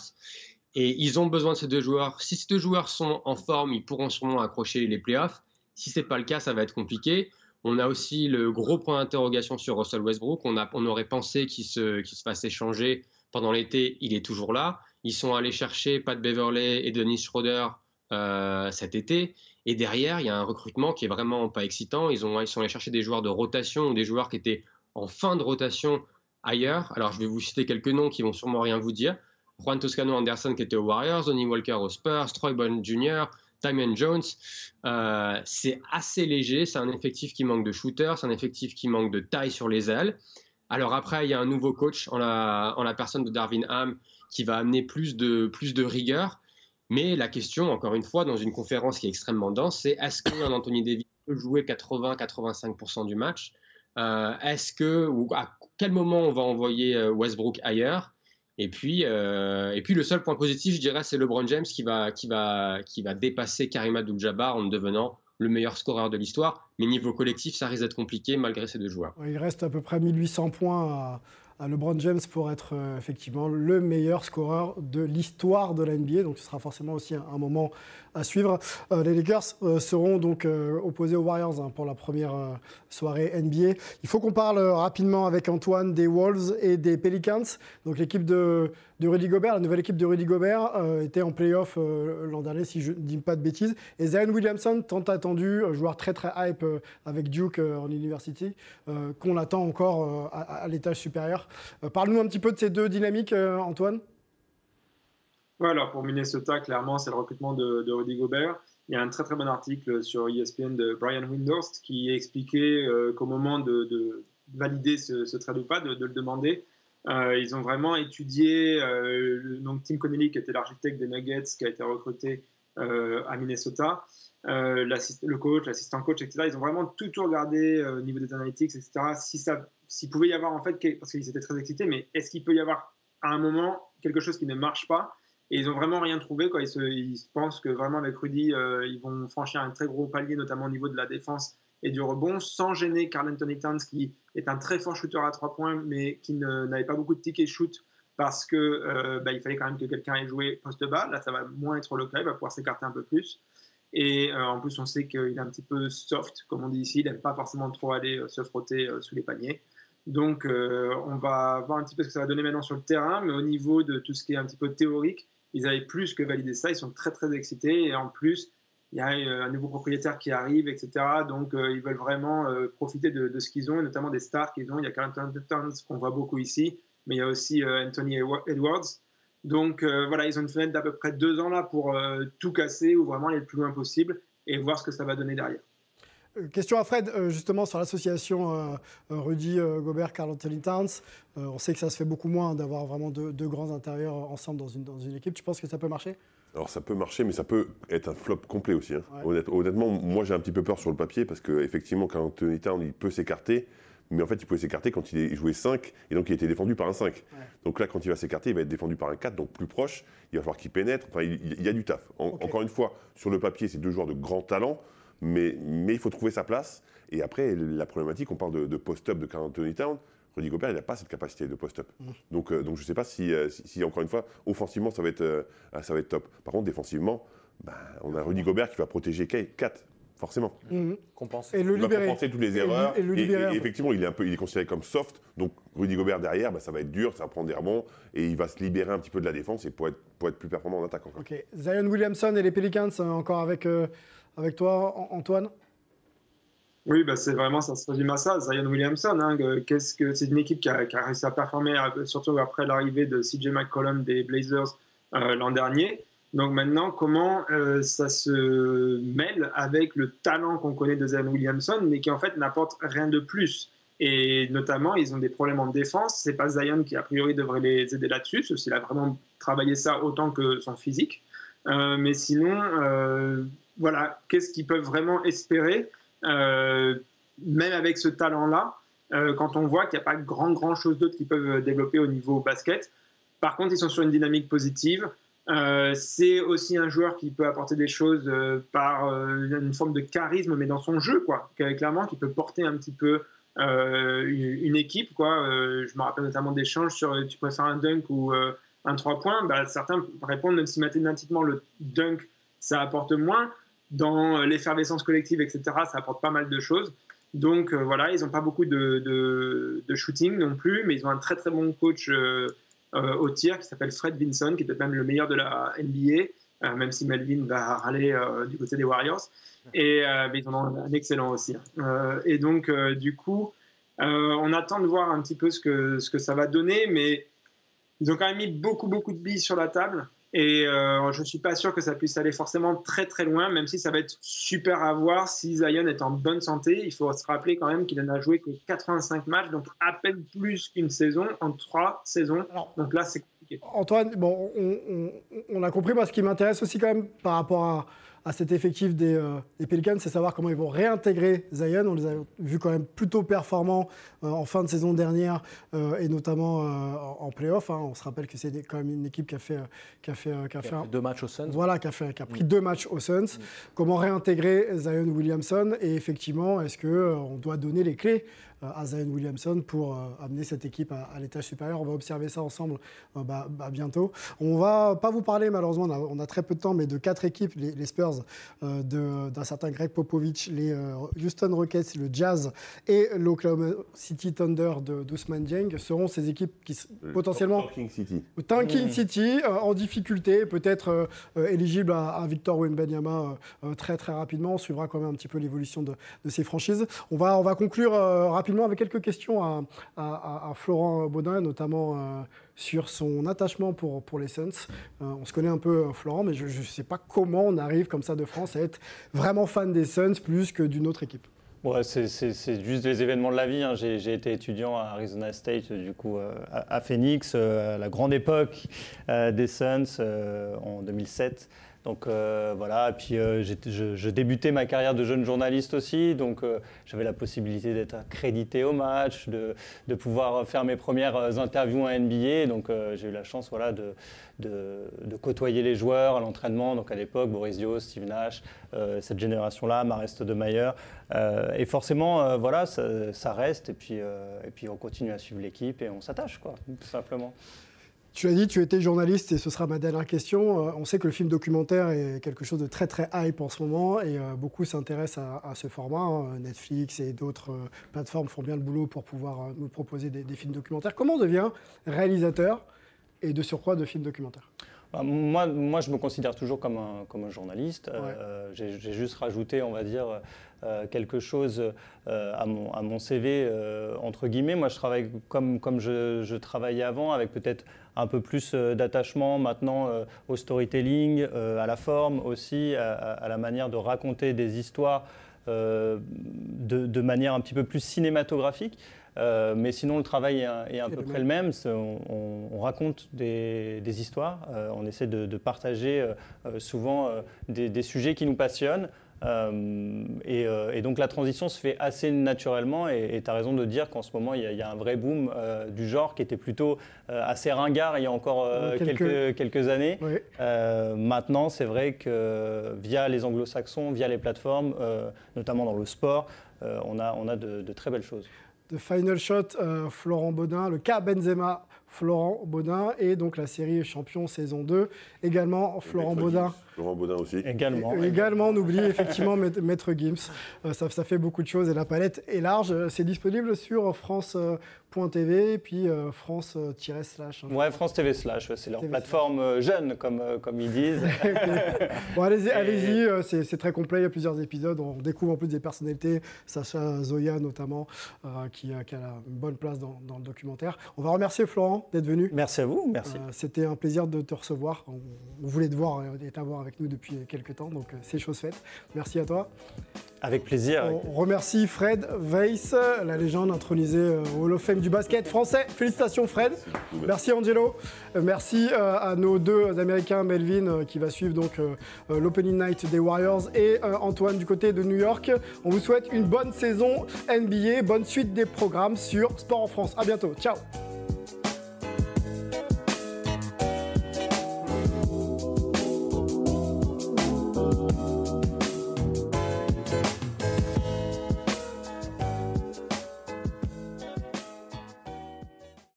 Et ils ont besoin de ces deux joueurs. Si ces deux joueurs sont en forme, ils pourront sûrement accrocher les playoffs. Si ce n'est pas le cas, ça va être compliqué. On a aussi le gros point d'interrogation sur Russell Westbrook. On, a, on aurait pensé qu'il se, qu'il se fasse échanger pendant l'été. Il est toujours là. Ils sont allés chercher Pat Beverley et Dennis Schroeder euh, cet été. Et derrière, il y a un recrutement qui est vraiment pas excitant. Ils, ont, ils sont allés chercher des joueurs de rotation ou des joueurs qui étaient en fin de rotation ailleurs. Alors, je vais vous citer quelques noms qui vont sûrement rien vous dire. Juan Toscano Anderson qui était aux Warriors, Lonnie Walker aux Spurs, Troy Brown junior, Damian Jones, euh, c'est assez léger, c'est un effectif qui manque de shooters, c'est un effectif qui manque de taille sur les ailes. Alors après, il y a un nouveau coach en la, en la personne de Darvin Ham qui va amener plus de, plus de rigueur. Mais la question, encore une fois, dans une conférence qui est extrêmement dense, c'est est-ce qu'un Anthony Davis peut jouer quatre-vingts à quatre-vingt-cinq pour cent du match? euh, Est-ce que, ou à quel moment on va envoyer Westbrook ailleurs? Et puis, euh, et puis le seul point positif, je dirais, c'est LeBron James qui va, qui va, qui va dépasser Karim Abdul-Jabbar en devenant le meilleur scoreur de l'histoire. Mais niveau collectif, ça risque d'être compliqué malgré ces deux joueurs. Il reste à peu près mille huit cents points à, à LeBron James pour être euh, effectivement le meilleur scoreur de l'histoire de la N B A. Donc ce sera forcément aussi un, un moment à suivre. Euh, les Lakers euh, seront donc euh, opposés aux Warriors hein, pour la première euh, soirée N B A. Il faut qu'on parle euh, rapidement avec Antoine des Wolves et des Pelicans. Donc l'équipe de, de Rudy Gobert, la nouvelle équipe de Rudy Gobert euh, était en play-off euh, l'an dernier, si je ne dis pas de bêtises. Et Zion Williamson, tant attendu, joueur très très hype euh, avec Duke euh, en university, euh, qu'on attend encore euh, à, à l'étage supérieur. Euh, Parle-nous un petit peu de ces deux dynamiques, euh, Antoine. Ouais, alors pour Minnesota, clairement, c'est le recrutement de, de Rudy Gobert. Il y a un très très bon article sur E S P N de Brian Windhorst qui expliquait euh, qu'au moment de, de valider ce, ce trade ou pas, de, de le demander, euh, ils ont vraiment étudié euh, donc Tim Connelly, qui était l'architecte des Nuggets, qui a été recruté euh, à Minnesota. euh, le coach, l'assistant coach, et cetera. Ils ont vraiment tout, tout regardé euh, au niveau des analytics, et cetera. Si ça, s'il pouvait y avoir, en fait, parce qu'ils étaient très excités, mais est-ce qu'il peut y avoir à un moment quelque chose qui ne marche pas? Et ils n'ont vraiment rien trouvé. Quoi. Ils, se, ils pensent que vraiment avec Rudy, euh, ils vont franchir un très gros palier, notamment au niveau de la défense et du rebond, sans gêner Karl-Anthony Towns, qui est un très fort shooter à trois points, mais qui ne, n'avait pas beaucoup de tickets shoot parce qu'il euh, bah, fallait quand même que quelqu'un ait joué poste bas. Là, ça va moins être le cas, il va pouvoir s'écarter un peu plus. Et euh, en plus, on sait qu'il est un petit peu soft, comme on dit ici. Il n'aime pas forcément trop aller euh, se frotter euh, sous les paniers. Donc, euh, on va voir un petit peu ce que ça va donner maintenant sur le terrain. Mais au niveau de tout ce qui est un petit peu théorique, ils avaient plus que validé ça. Ils sont très, très excités. Et en plus, il y a un nouveau propriétaire qui arrive, et cetera. Donc, euh, ils veulent vraiment euh, profiter de, de ce qu'ils ont, et notamment des stars qu'ils ont. Il y a Karl-Anthony Towns qu'on voit beaucoup ici, mais il y a aussi euh, Anthony Edwards. Donc, euh, voilà, ils ont une fenêtre d'à peu près deux ans là pour euh, tout casser ou vraiment aller le plus loin possible et voir ce que ça va donner derrière. Question à Fred, justement, sur l'association euh, Rudy euh, Gobert, Karl-Anthony Towns. Euh, on sait que ça se fait beaucoup moins d'avoir vraiment deux, deux grands intérieurs ensemble dans une, dans une équipe. Tu penses que ça peut marcher ? Alors ça peut marcher, mais ça peut être un flop complet aussi. Hein. Ouais. Honnête, honnêtement, moi j'ai un petit peu peur sur le papier parce qu'effectivement, Karl-Anthony Towns, il peut s'écarter. Mais en fait, il pouvait s'écarter quand il jouait cinq, et donc il était défendu par un cinq. Ouais. Donc là, quand il va s'écarter, il va être défendu par un quatre, donc plus proche. Il va falloir qu'il pénètre. Enfin, il, il y a du taf. En, okay. Encore une fois, sur le papier, c'est deux joueurs de grand talent, mais, mais il faut trouver sa place. Et après, la problématique, on parle de, de post-up de Karl-Anthony Towns. Rudy Gobert, il n'a pas cette capacité de post-up. Mmh. Donc, euh, donc je ne sais pas si, euh, si, si, encore une fois, offensivement, ça va être, euh, ça va être top. Par contre, défensivement, ben, on a Rudy Gobert qui va protéger quatre. Forcément. Mmh. Compenser. Et le il libérer. va compenser toutes les erreurs. Et, le, et, le et, et effectivement, il est, un peu, il est considéré comme soft. Donc, Rudy Gobert derrière, bah, ça va être dur, ça va prendre des rebonds. Et il va se libérer un petit peu de la défense et pour être, pour être plus performant en attaque. Encore. Ok. Zion Williamson et les Pelicans, encore avec, euh, avec toi, Antoine ? Oui, bah c'est vraiment, ça se résume à ça. Zion Williamson, hein, qu'est-ce que, c'est une équipe qui a, qui a réussi à performer, surtout après l'arrivée de C J McCollum des Blazers euh, l'an dernier. Donc maintenant, comment euh, ça se mêle avec le talent qu'on connaît de Zion Williamson, mais qui en fait n'apporte rien de plus. Et notamment, ils ont des problèmes en défense. C'est pas Zion qui a priori devrait les aider là-dessus, sauf s'il a vraiment travaillé ça autant que son physique. Euh, mais sinon, euh, voilà, qu'est-ce qu'ils peuvent vraiment espérer, euh, même avec ce talent-là, euh, quand on voit qu'il n'y a pas grand grand chose d'autre qu'ils peuvent développer au niveau basket. Par contre, ils sont sur une dynamique positive. Euh, c'est aussi un joueur qui peut apporter des choses euh, par euh, une forme de charisme, mais dans son jeu, quoi. Clairement, qui peut porter un petit peu euh, une, une équipe, quoi. Euh, je me rappelle notamment d'échanges sur tu préfères un dunk ou euh, un trois points. Bah, certains répondent, même si mathématiquement le dunk ça apporte moins, dans l'effervescence collective, et cetera, ça apporte pas mal de choses. Donc euh, voilà, ils n'ont pas beaucoup de, de, de shooting non plus, mais ils ont un très très bon coach. Euh, Euh, au tir qui s'appelle Fred Vinson, qui est peut-être même le meilleur de la N B A, euh, même si Melvin va râler euh, du côté des Warriors. Et, euh, mais ils en ont un excellent aussi. Hein. Euh, et donc, euh, du coup, euh, on attend de voir un petit peu ce que, ce que ça va donner, mais ils ont quand même mis beaucoup, beaucoup de billes sur la table. Et euh, je ne suis pas sûr que ça puisse aller forcément très, très loin, même si ça va être super à voir. Si Zion est en bonne santé, il faut se rappeler quand même qu'il n'en a joué que quatre-vingt-cinq matchs, donc à peine plus qu'une saison, en trois saisons. Alors, donc là, c'est compliqué. Antoine, bon, on, on, on a compris. Moi, ce qui m'intéresse aussi quand même par rapport à, à cet effectif des, euh, des Pelicans, c'est savoir comment ils vont réintégrer Zion. On les a vus quand même plutôt performants euh, en fin de saison dernière euh, et notamment euh, en play-off. Hein. On se rappelle que c'est quand même une équipe qui a fait, qui a fait, qui a qui fait, a un, fait deux matchs aux Suns. Voilà, qui a, fait, qui a pris mmh. deux matchs aux Suns. Mmh. Comment réintégrer Zion Williamson et effectivement, est-ce qu'on euh, doit donner les clés euh, à Zion Williamson pour euh, amener cette équipe à, à l'étage supérieur? On va observer ça ensemble euh, bah, bah, bientôt. On ne va pas vous parler, malheureusement, on a, on a très peu de temps, mais de quatre équipes, les, les Spurs, Euh, de, d'un certain Greg Popovich, les euh, Houston Rockets, le Jazz et l'Oklahoma City Thunder de d'Ousmane Dieng seront ces équipes qui le potentiellement Tanking City, Tanking mmh. City euh, en difficulté, peut-être euh, euh, éligible à, à Victor Wembanyama euh, très très rapidement. On suivra quand même un petit peu l'évolution de, de ces franchises. On va on va conclure euh, rapidement avec quelques questions à, à, à Florent Baudin, notamment euh, sur son attachement pour, pour les Suns. Euh, on se connaît un peu, Florent, mais je ne sais pas comment on arrive comme ça de France à être vraiment fan des Suns plus que d'une autre équipe. Ouais, c'est, c'est, c'est juste les événements de la vie. Hein. J'ai, j'ai été étudiant à Arizona State, du coup, euh, à, à Phoenix, euh, à la grande époque euh, des Suns euh, en deux mille sept. Donc euh, voilà, et puis euh, je, je débutais ma carrière de jeune journaliste aussi, donc euh, j'avais la possibilité d'être accrédité au match, de, de pouvoir faire mes premières interviews en N B A, donc euh, j'ai eu la chance voilà, de, de, de côtoyer les joueurs à l'entraînement, donc à l'époque Boris Dio, Steve Nash, euh, cette génération-là, Marais Stoudemire, euh, et forcément euh, voilà, ça, ça reste, et puis, euh, et puis on continue à suivre l'équipe et on s'attache, quoi, tout simplement. Tu l'as dit, tu étais journaliste et ce sera ma dernière question. Euh, on sait que le film documentaire est quelque chose de très très hype en ce moment et euh, beaucoup s'intéressent à, à ce format. Hein. Netflix et d'autres euh, plateformes font bien le boulot pour pouvoir euh, nous proposer des, des films documentaires. Comment on devient réalisateur et de surcroît de films documentaires ? Bah, moi, moi, je me considère toujours comme un, comme un journaliste. Ouais. Euh, j'ai, j'ai juste rajouté, on va dire, euh, quelque chose euh, à, mon, à mon C V, euh, entre guillemets. Moi, je travaille comme, comme je, je travaillais avant, avec peut-être un peu plus euh, d'attachement maintenant euh, au storytelling, euh, à la forme aussi, à, à la manière de raconter des histoires euh, de, de manière un petit peu plus cinématographique. Euh, mais sinon, le travail est, un, est à peu près le même. On, on, on raconte des, des histoires, euh, on essaie de, de partager euh, souvent euh, des, des sujets qui nous passionnent. Euh, et, euh, et donc la transition se fait assez naturellement et tu as raison de dire qu'en ce moment il y, y a un vrai boom euh, du genre qui était plutôt euh, assez ringard il y a encore euh, quelques... Quelques, quelques années. Oui. Euh, maintenant c'est vrai que via les anglo-saxons, via les plateformes, euh, notamment dans le sport, euh, on a, on a de, de très belles choses. The Final Shot, euh, Florent Baudin, le cas Benzema, Florent Baudin, et donc la série Champions saison deux, également Florent Baudin. Florent Baudin aussi. Également. Et, également, on oublie effectivement Maître Gims. Euh, ça, ça fait beaucoup de choses et la palette est large. C'est disponible sur France point T V et puis euh, France-slash. Hein, ouais, France T V slash, c'est leur T V plateforme slash. Jeune, comme, euh, comme ils disent. Bon, allez-y, et... allez-y euh, c'est, c'est très complet, il y a plusieurs épisodes. On découvre en plus des personnalités, Sacha Zoya notamment, euh, qui, qui a une bonne place dans, dans le documentaire. On va remercier Florent d'être venu. Merci à vous, merci. Euh, c'était un plaisir de te recevoir. On, on voulait te voir et t'avoir avec nous depuis quelques temps, donc euh, c'est chose faite. Merci à toi. Avec plaisir. On remercie Fred Weiss, la légende intronisée au Hall of Fame du basket français. Félicitations Fred. Merci, Merci Angelo. Merci à nos deux Américains, Melvin qui va suivre donc l'Opening Night des Warriors et Antoine du côté de New York. On vous souhaite une bonne saison N B A, bonne suite des programmes sur Sport en France. À bientôt. Ciao.